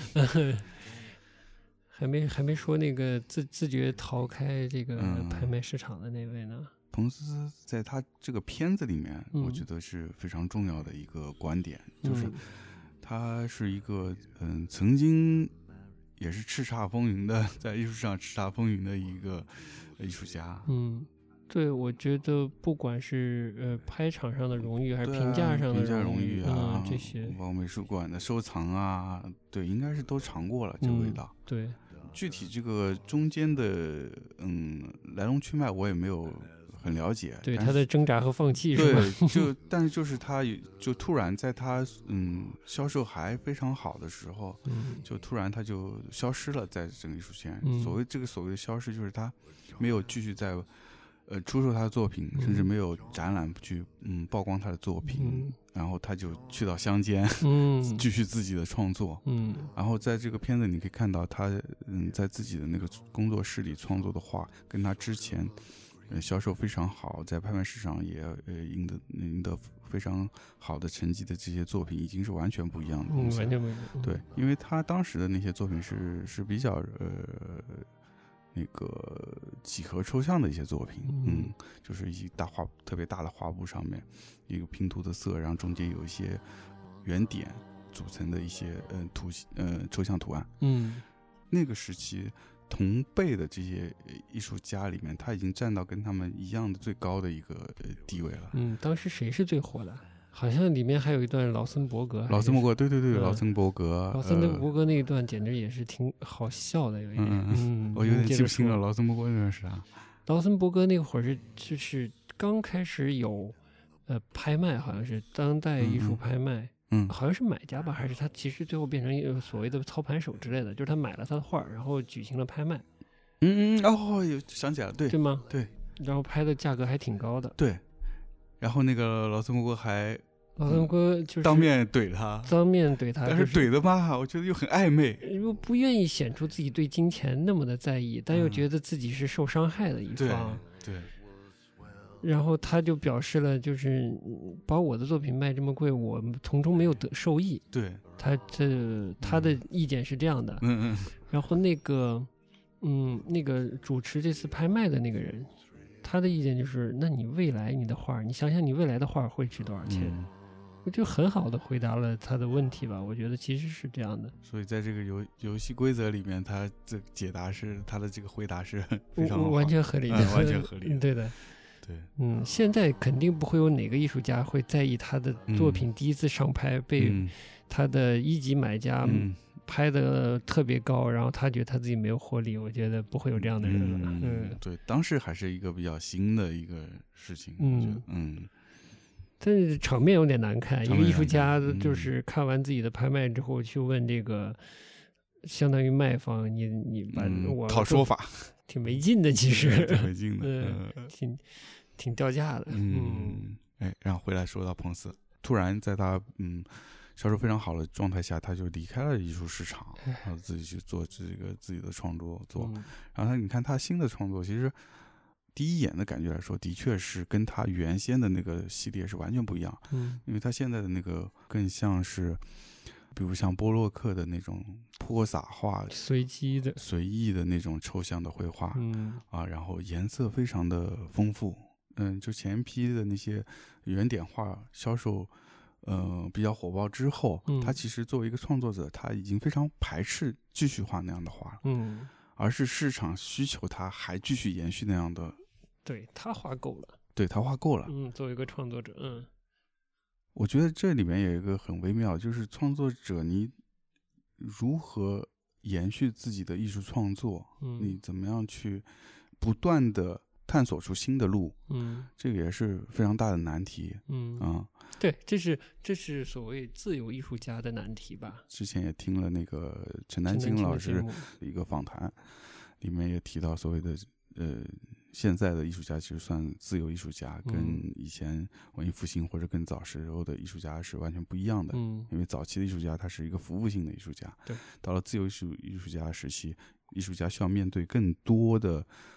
还没还没说那个自自觉逃开这个拍卖市场的那位呢。 彭斯在他这个片子里面， 嗯、 我觉得是非常重要的一个观点，嗯、就是他是一个嗯曾经也是叱咤风云的，在艺术上叱咤风云的一个艺术家。 嗯，对，我觉得不管是呃拍场上的荣誉，还是评价上的荣誉啊、 嗯，这些， 包括美术馆的收藏啊，对，应该是都尝过了这个味道。 嗯、对， 具体这个中间的嗯来龙去脉我也没有很了解， 对他的挣扎和放弃是吧？ 对，就但是就是他就突然在他嗯销售还非常好的时候， 嗯、 就突然他就消失了，在整个艺术圈。 嗯、 所谓这个所谓的消失，就是他没有继续在呃出售他的作品，嗯、甚至没有展览去嗯曝光他的作品， 嗯、 然后他就去到乡间， 嗯， 继续自己的创作， 嗯， 然后在这个片子你可以看到他嗯在自己的那个工作室里创作的画，跟他之前。呃，销售非常好，在拍卖市场也呃赢得赢得非常好的成绩的这些作品，已经是完全不一样的东西。 嗯，完全不一样。 对，因为他当时的那些作品是是比较呃那个几何抽象的一些作品，嗯，嗯就是一大画特别大的画布上面一个拼图的色，然后中间有一些圆点组成的一些呃图呃抽象图案， 嗯， 那个时期。同辈的这些艺术家里面，他已经站到跟他们一样的最高的一个地位了。 嗯，当时谁是最火的？好像里面还有一段劳森伯格。 劳森伯格，对对对，嗯、劳森伯格。 劳森伯格那一段简直也是挺好笑的，有一点。 嗯嗯，我有点记不清了。劳森伯格那段是啥？ 劳森伯格那会儿是就是刚开始有呃拍卖，好像是当代艺术拍卖。嗯嗯， 好像是买家吧，还是他其实最后变成一个所谓的操盘手之类的，就是他买了他的画，然后举行了拍卖。 嗯嗯，哦，有想起来了，对对吗？ 对， 然后拍的价格还挺高的。 对，然后那个劳森伯格还劳森伯格就是当面怼他， 当面怼他， 但是怼的吧，我觉得又很暧昧， 又不愿意显出自己对金钱那么的在意，但又觉得自己是受伤害的一方。 嗯、对。对然后他就表示了，就是把我的作品卖这么贵，我从中没有得受益。 对， 他这他的意见是这样的。 嗯嗯。 然后那个，嗯，那个主持这次拍卖的那个人，他的意见就是：那你未来你的画，你想想你未来的画会值多少钱？嗯、就很好的回答了他的问题吧。我觉得其实是这样的。 所以在这个游游戏规则里面，他这解答是他的这个回答是非常好完全合理的， 嗯、完全合理的。 对的。 对， 嗯，现在肯定不会有哪个艺术家会在意他的作品第一次上拍被他的一级买家拍的特别高，嗯、然后他觉得他自己没有获利，我觉得不会有这样的人了。 嗯，嗯对，当时还是一个比较新的一个事情， 嗯嗯， 但是场面有点难看，一个艺术家就是看完自己的拍卖之后去问这个，相当于卖方，你你把我讨说法。 挺没劲的，其实挺没劲的， 嗯，挺挺掉价的， 嗯，哎，然后回来说到彭斯，突然在他嗯销售非常好的状态下，他就离开了艺术市场，然后自己去做这个自己的创作做， 嗯、 然后他你看他新的创作，其实第一眼的感觉来说，的确是跟他原先的那个系列是完全不一样， 嗯， 因为他现在的那个更像是。比如像波洛克的那种泼洒画， 随机的、 随意的那种抽象的绘画， 嗯啊，然后颜色非常的丰富，嗯，就前一批的那些圆点画销售，呃，比较火爆之后， 嗯、 他其实作为一个创作者，他已经非常排斥继续画那样的画了， 嗯， 而是市场需求他还继续延续那样的， 对他画够了， 对他画够了， 嗯，作为一个创作者，嗯。 我觉得这里面有一个很微妙，就是创作者你如何延续自己的艺术创作， 嗯， 你怎么样去不断的探索出新的路， 嗯， 这个也是非常大的难题， 嗯啊， 对，这是这是所谓自由艺术家的难题吧。 之前也听了那个陈丹青老师的一个访谈，里面也提到所谓的呃。现在的艺术家其实算自由艺术家， 嗯、 跟以前文艺复兴或者更早时候的艺术家是完全不一样的。 嗯， 因为早期的艺术家他是一个服务性的艺术家， 对， 到了自由艺术艺术家时期，艺术家需要面对更多的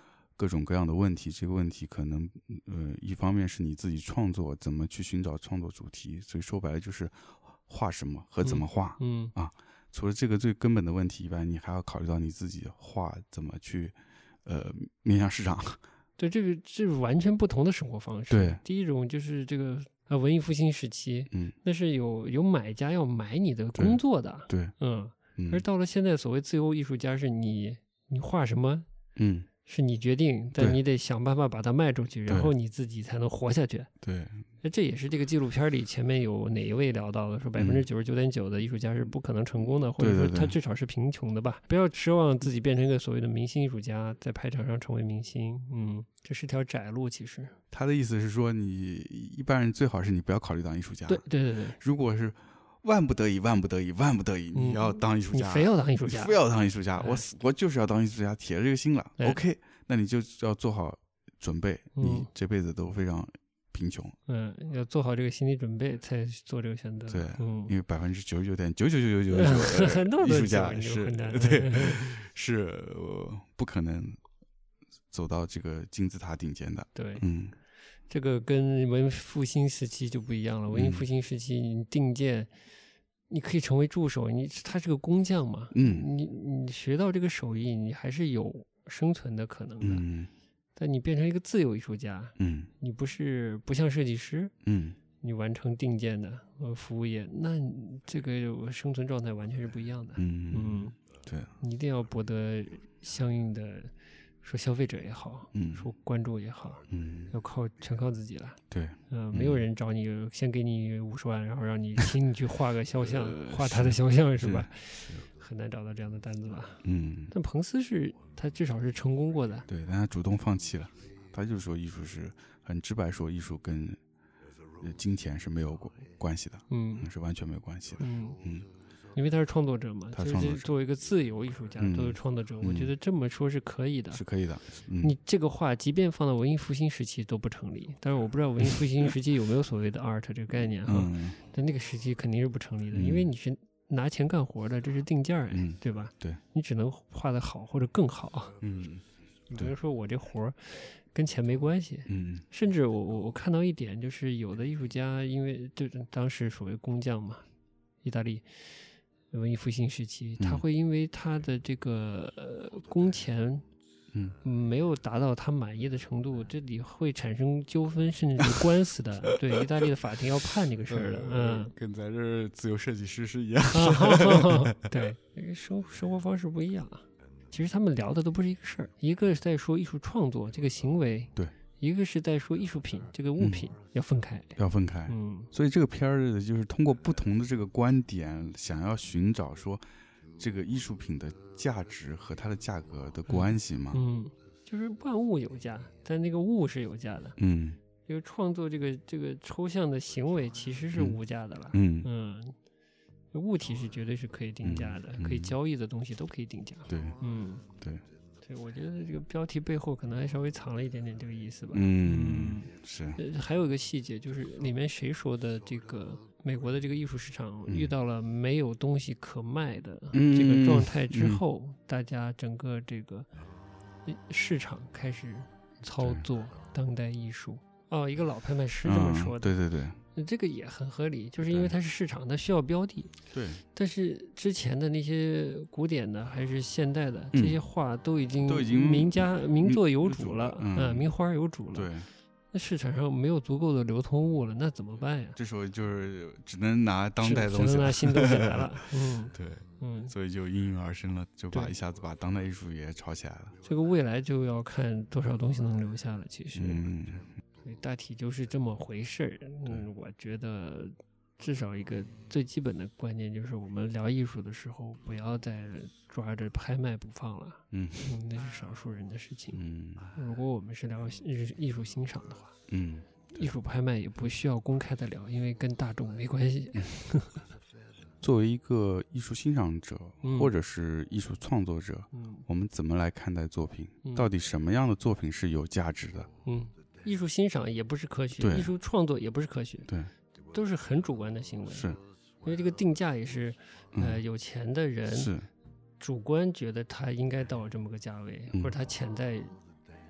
各种各样的问题。这个问题可能呃一方面是你自己创作怎么去寻找创作主题，所以说白了就是画什么和怎么画。 嗯, 嗯啊，除了这个最根本的问题以外，你还要考虑到你自己画怎么去呃面向市场。 对，这个这是完全不同的生活方式。 对， 第一种就是这个呃文艺复兴时期， 嗯， 那是有有买家要买你的工作的。 对，对嗯, 嗯， 而到了现在，所谓自由艺术家是你你画什么， 嗯， 是你决定，但你得想办法把它卖出去，然后你自己才能活下去。 对， 那这也是这个纪录片里前面有哪一位聊到的，说百分之九十九点九的艺术家是不可能成功的， 嗯、 或者说他至少是贫穷的吧。不要奢望自己变成一个所谓的明星艺术家，在拍场上成为明星。嗯，这是条窄路。其实他的意思是说，你一般人最好是你不要考虑当艺术家。 对对对对， 如果是万不得已，万不得已，万不得已，你要当艺术家， 嗯、你非要当艺术家， 你非要当艺术家，哎、我死我就是要当艺术家，铁了这个心了。 哎、 OK， 那你就要做好准备， 嗯、 你这辈子都非常贫穷。 嗯，要做好这个心理准备才做这个选择。 对， 嗯， 因为百分之九十九点九九九九九九艺术家是对是、呃、不可能走到这个金字塔顶尖的。 对， 嗯。 这个跟文艺复兴时期就不一样了。文艺复兴时期，你定件，嗯、你可以成为助手，你他是个工匠嘛， 嗯， 你你学到这个手艺，你还是有生存的可能的。 嗯， 但你变成一个自由艺术家， 嗯， 你不是不像设计师， 嗯， 你完成定件的呃服务业，那这个生存状态完全是不一样的。 嗯嗯， 对， 你一定要博得相应的。说消费者也好， 嗯， 说关注也好， 嗯， 要靠全靠自己了。 对， 嗯、呃，没有人找你，先给你五十万，然后让你请你去画个肖像，画他的肖像是吧？ 是很难找到这样的单子吧？ 嗯， 但彭斯是他至少是成功过的， 对，但他主动放弃了，他就说艺术是很直白说，艺术跟金钱是没有关系的， 嗯， 是完全没有关系的， 嗯嗯。 因为他是创作者嘛， 他创作者就是作为一个自由艺术家， 嗯、 作为创作者、 嗯， 我觉得这么说是可以的， 是可以的。嗯、 你这个话，即便放到文艺复兴时期都不成立。当然，我不知道文艺复兴时期有没有所谓的 art 这个概念哈， 嗯、 但那个时期肯定是不成立的， 嗯、 因为你是拿钱干活的，这是定价， 嗯、 对吧？ 对， 你只能画得好或者更好。 嗯， 你不能说我这活跟钱没关系。 嗯， 甚至我我我看到一点，就是有的艺术家，因为就是当时所谓工匠嘛，意大利。文艺复兴时期，他会因为他的这个、呃、工钱， 嗯， 没有达到他满意的程度，这里会产生纠纷，甚至是官司的。对，意大利的法庭要判这个事儿的。嗯， 跟咱这自由设计师是一样。 对，生生活方式不一样。其实他们聊的都不是一个事儿，一个是在说艺术创作这个行为， 对。 一个是在说艺术品这个物品、嗯、要分开， 要分开。 嗯， 所以这个片儿就是通过不同的这个观点，想要寻找说这个艺术品的价值和它的价格的关系嘛。 嗯，就是万物有价，但那个物是有价的。 嗯， 这个创作这个这个抽象的行为其实是无价的了。 嗯嗯，物体是绝对是可以定价的， 嗯、 可以交易的东西都可以定价。 对， 嗯， 对。 对，我觉得这个标题背后可能还稍微藏了一点点这个意思吧。 嗯，是。 呃，还有一个细节，就是里面谁说的这个美国的这个艺术市场遇到了没有东西可卖的这个状态之后， 嗯嗯、 大家整个这个市场开始操作当代艺术。哦，一个老拍卖师这么说的。 嗯、对对对。 这个也很合理，就是因为它是市场，它需要标的。 对。 但是之前的那些古典的还是现代的、嗯、这些画都已经都已经名家名作有主了， 嗯， 嗯名花有主了。 对。 那市场上没有足够的流通物了，那怎么办呀？ 这时候就是只能拿当代东西， 只能拿新东西来了。嗯， 对， 嗯， 所以就应运而生了，就把一下子把当代艺术也炒起来了。 这个未来就要看多少东西能留下了，其实。 嗯。 大体就是这么回事儿。嗯，我觉得至少一个最基本的观念就是，我们聊艺术的时候，不要再抓着拍卖不放了。 嗯， 嗯那是少数人的事情。 嗯， 如果我们是聊艺术欣赏的话， 嗯， 艺术拍卖也不需要公开的聊，因为跟大众没关系。 作为一个艺术欣赏者、 嗯、 或者是艺术创作者、 嗯， 我们怎么来看待作品？ 嗯、到底什么样的作品是有价值的？ 嗯。艺术欣赏也不是科学，艺术创作也不是科学， 对， 都是很主观的行为。 是， 因为这个定价也是，呃， 嗯、 有钱的人是主观觉得他应该到这么个价位， 嗯、 或者他潜在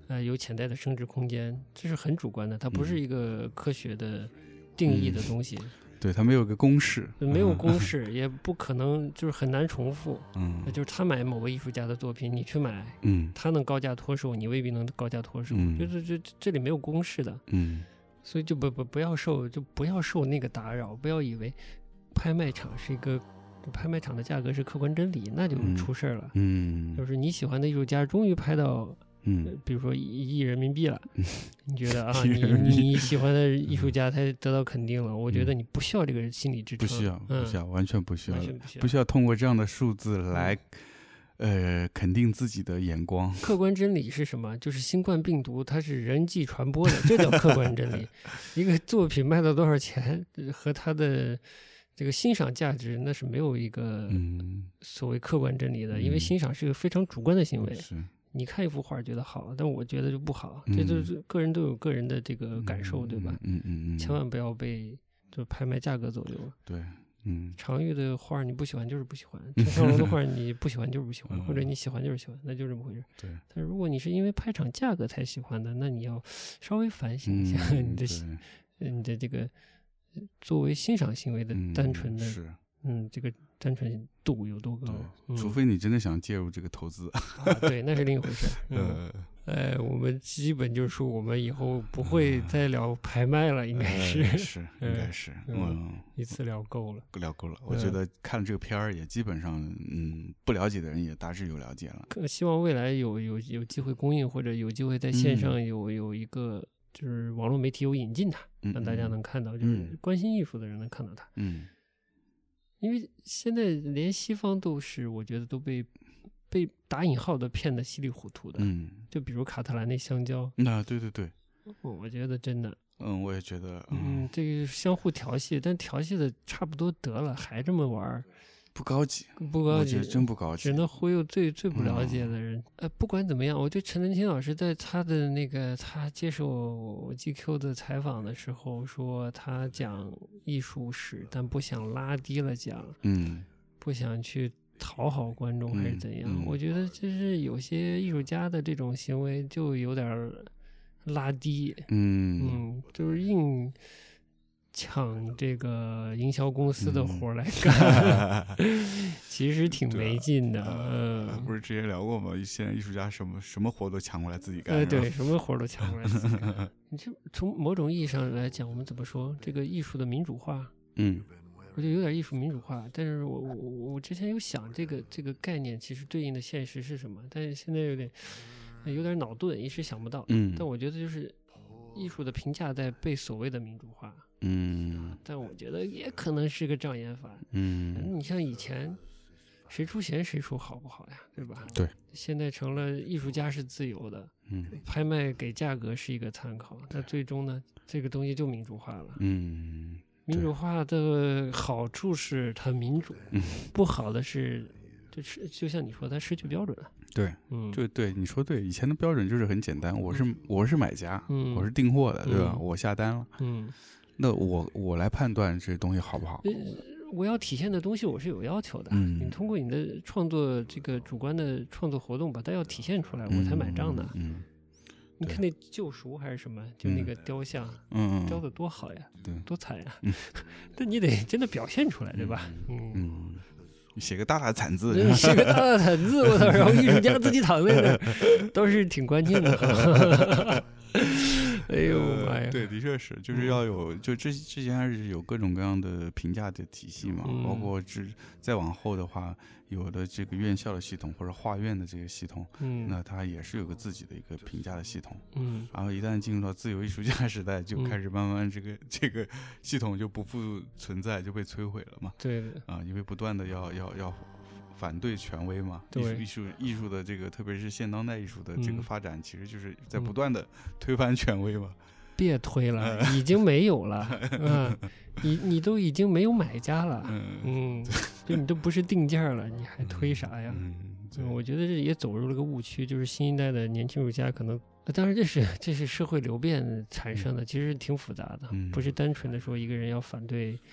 呃，有潜在的升值空间，这是很主观的，它不是一个科学的定义的东西。嗯、 对，它没有个公式， 没有公式，也不可能，就是很难重复。 嗯， 就是他买某个艺术家的作品，你去买， 嗯， 他能高价脱售，你未必能高价脱售。 嗯、 就是这这里没有公式的。 嗯， 所以就不不不要受就不要受那个打扰，不要以为拍卖场是一个。拍卖场的价格是客观真理，那就出事了。 嗯， 就是你喜欢的艺术家终于拍到， 嗯、 呃，比如说一亿人民币了，嗯、你觉得啊，你你喜欢的艺术家他得到肯定了，我觉得你不需要这个心理支撑， 不需要，不需要， 嗯、 完全不需要， 完全不需要， 不需要通过这样的数字来，嗯、呃，肯定自己的眼光。 客观真理是什么？就是新冠病毒它是人际传播的，这叫客观真理。一个作品卖到多少钱和它的这个欣赏价值，那是没有一个所谓客观真理的， 嗯、 因为欣赏是个非常主观的行为。 是， 你看一幅画觉得好，但我觉得就不好，嗯、这就是个人都有个人的这个感受， 嗯、 对吧？ 嗯嗯嗯， 千万不要被就拍卖价格左右。 对，嗯， 常玉的画你不喜欢就是不喜欢，陈少龙的画你不喜欢就是不喜欢，或者你喜欢就是喜欢，那就这么回事。 对。 但如果你是因为拍场价格才喜欢的，那你要稍微反省一下、 嗯、 你的你的这个作为欣赏行为的单纯的。 嗯是嗯，这个单纯度有多高？ 嗯、除非你真的想介入这个投资， 啊、对，那是另一回事。嗯，呃，我们基本就是说，我们以后不会再聊拍卖了，应该是， 呃、是，应该是，嗯， 嗯一次聊够了， 聊够了。我觉得看了这个片儿，也基本上，嗯，不了解的人也大致有了解了。 希望未来有有有机会公映，或者有机会在线上有、嗯、有一个，就是网络媒体有引进它， 嗯、 让大家能看到，就是关心艺术的人能看到它。 嗯。 因为现在连西方都是，我觉得都被被打引号的骗得稀里糊涂的。 嗯， 就比如卡特兰那香蕉。 那、啊、对对对， 我觉得真的。 嗯，我也觉得。 嗯，嗯这个相互调戏，但调戏的差不多得了，还这么玩， 不高级， 不高级， 我觉得真不高级， 只能忽悠最最不了解的人。嗯、呃，不管怎么样，我觉得陈丹青老师在他的那个他接受 G Q 的采访的时候说，他讲艺术史，但不想拉低了讲， 嗯， 不想去讨好观众还是怎样？ 嗯嗯、 我觉得就是有些艺术家的这种行为就有点拉低， 嗯嗯，就是硬抢这个营销公司的活来干，嗯、其实挺没劲的。嗯、 呃，不是之前聊过吗？现在艺术家什么什么活都抢过来自己干。 呃，对，什么活都抢过来自己干。你这从某种意义上来讲，我们怎么说这个艺术的民主化？ 嗯， 我觉得有点艺术民主化。但是我我我之前有想这个这个概念，其实对应的现实是什么？但是现在有点有点脑钝，一时想不到。 嗯， 但我觉得就是艺术的评价在被所谓的民主化。 嗯， 但我觉得也可能是个障眼法。 嗯， 你像以前谁出钱谁出好不好呀，对吧？ 对。 现在成了艺术家是自由的， 嗯， 拍卖给价格是一个参考，那最终呢，这个东西就民主化了。 嗯， 民主化的好处是它民主， 嗯， 不好的是就是就像你说，它失去标准了。 对， 嗯， 就对你说对，以前的标准就是很简单，我是、嗯、我是买家， 嗯， 我是订货的，对吧？ 嗯、 我下单了， 嗯， 那我我来判断这东西好不好。 呃我要体现的东西我是有要求的， 嗯， 你通过你的创作这个主观的创作活动把它要体现出来，我才买账的。 嗯，嗯你看那救赎还是什么，就那个雕像， 嗯， 雕的多好呀， 对， 多惨呀， 嗯， 但你得真的表现出来，对吧？ 嗯嗯，写个大大惨字， 写个大大惨字，我操，然后艺术家自己躺在那儿，倒是挺关键的。哎呦妈呀！ 对，的确是，就是要有，就之之前还是有各种各样的评价的体系嘛， 嗯、 包括之再往后的话，有的这个院校的系统或者画院的这个系统， 嗯， 那它也是有个自己的一个评价的系统， 嗯， 然后一旦进入到自由艺术家时代，就开始慢慢这个、嗯、这个系统就不复存在，就被摧毁了嘛。 对的， 啊，因为不断的要要要。反对权威嘛，艺术艺术艺术的这个，特别是现当代艺术的这个发展，嗯、其实就是在不断的推翻权威嘛。 别推了，嗯、已经没有了，嗯，你你都已经没有买家了，嗯，嗯就你都不是定价了，你还推啥呀？ 嗯， 嗯我觉得这也走入了个误区，就是新一代的年轻艺术家可能，当然这是这是社会流变产生的，嗯、其实挺复杂的， 嗯、 不是单纯的说一个人要反对。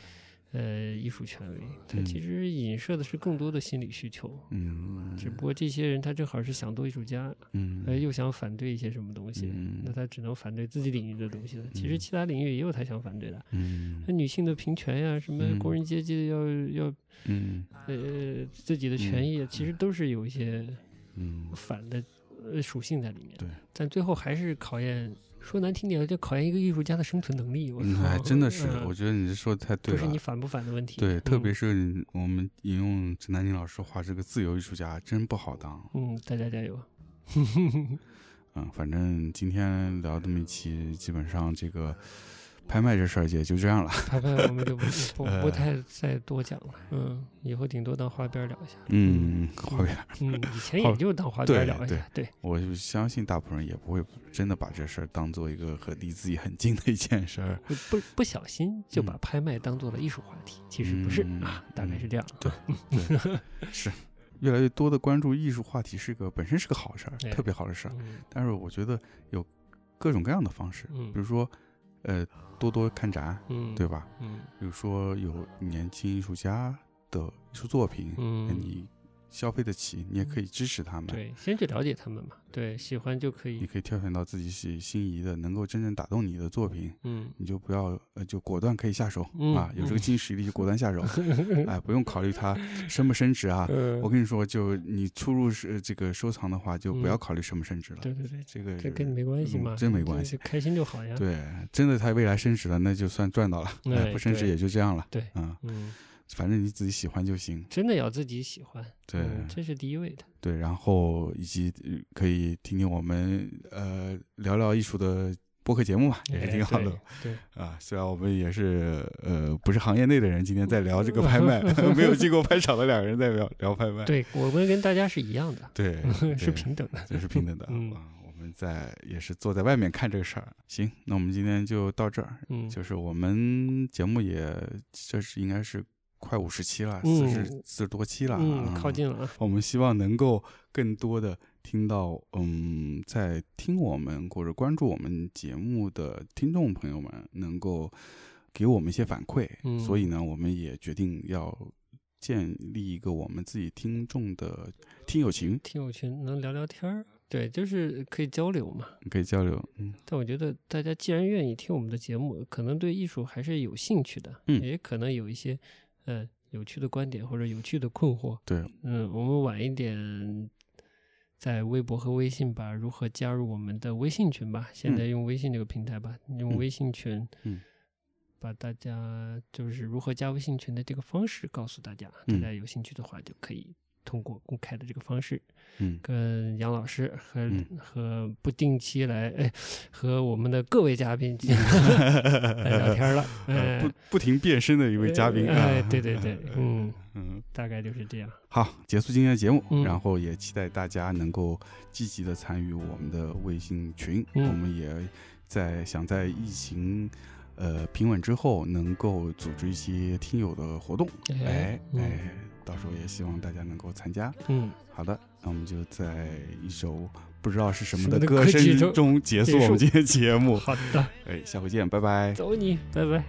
呃艺术权威，它其实影射的是更多的心理需求。 嗯， 只不过这些人他正好是想做艺术家， 嗯， 呃，又想反对一些什么东西， 嗯、 那他只能反对自己领域的东西了。其实其他领域也有他想反对的， 嗯， 那女性的平权呀，什么工人阶级要、嗯、要， 嗯， 呃，自己的权益， 嗯、 其实都是有一些， 嗯， 反的呃属性在里面。 对， 但最后还是考验。说难听点，就考验一个艺术家的生存能力。我嗯，哎，真的是， 嗯、 我觉得你这说的太对了。 不是你反不反的问题。 对， 嗯、 特别是我们引用陈丹青老师话，这个自由艺术家真不好当。 嗯，大家加油。 嗯，反正今天聊这么一期，基本上这个拍卖这事儿也就这样了。 拍卖我们就不不不太再多讲了。嗯，以后顶多当花边聊一下。 嗯，花边。 嗯，以前也就当花边聊一下。 对，对我就相信大部分人也不会真的把这事儿当做一个和离自己很近的一件事儿。 不不小心就把拍卖当做了艺术话题，嗯、其实不是、嗯、啊，大概是这样。 对，对是。越来越多的关注艺术话题是个本身是个好事儿，特别好的事儿。 嗯、 但是我觉得有各种各样的方式， 嗯、 比如说，呃，多多看展， 嗯、 对吧？ 嗯， 比如说有年轻艺术家的艺术作品， 嗯， 你消费得起，你也可以支持他们。 对，先去了解他们嘛。对，喜欢就可以。 你可以挑选到自己喜心仪的，能够真正打动你的作品。 嗯， 你就不要呃，就果断可以下手、 嗯、 啊，有这个经济实力就果断下手，哎、呃，不用考虑它升不升值啊。 嗯、 我跟你说，就你出入是这个收藏的话，就不要考虑升不升值了。 嗯、对对对， 这个这跟你没关系嘛， 嗯、真没关系， 开心就好呀。 对，真的它未来升值了，那就算赚到了；哎、呃，不升值也就这样了。 对， 嗯嗯。 反正你自己喜欢就行， 真的要自己喜欢， 对、 嗯，这是第一位的。 对，然后以及可以听听我们呃聊聊艺术的播客节目嘛，也是挺好的。 哎、对, 对啊，虽然我们也是呃不是行业内的人，今天在聊这个拍卖，没有进过拍场的两个人在聊聊拍卖。 对，我们跟大家是一样的， 对， 是平等的， 这是平等的。 嗯， 我们在也是坐在外面看这个事儿。行，那我们今天就到这儿。 嗯， 就是我们节目也这是应该是。快五十期了，四十四十多期了， 嗯，靠近了啊！ 我们希望能够更多的听到，嗯，在听我们或者关注我们节目的听众朋友们，能够给我们一些反馈。 嗯， 所以呢，我们也决定要建立一个我们自己听众的听友群， 听友群能聊聊天儿。对，就是可以交流嘛， 可以交流。嗯， 但我觉得大家既然愿意听我们的节目，可能对艺术还是有兴趣的， 嗯， 也可能有一些。呃，有趣的观点或者有趣的困惑， 对， 嗯，我们晚一点在微博和微信吧，如何加入我们的微信群吧？现在用微信这个平台吧，嗯、用微信群， 嗯， 把大家就是如何加微信群的这个方式告诉大家， 嗯、 大家有兴趣的话就可以通过公开的这个方式， 嗯， 跟杨老师和、 嗯、 和不定期来，哎，和我们的各位嘉宾来聊天了，哎、 不不停变身的一位嘉宾， 哎，对对对，嗯嗯， 大概就是这样。 好，结束今天的节目， 嗯、 然后也期待大家能够积极的参与我们的微信群， 嗯、 我们也在想在疫情。呃，平稳之后能够组织一些听友的活动，哎哎、嗯、哎，到时候也希望大家能够参加。 嗯， 好的，那我们就在一首不知道是什么的歌声中结束我们今天节目。 好的， 哎，下回见，拜拜。 走你，拜拜。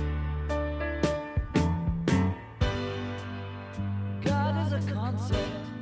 concept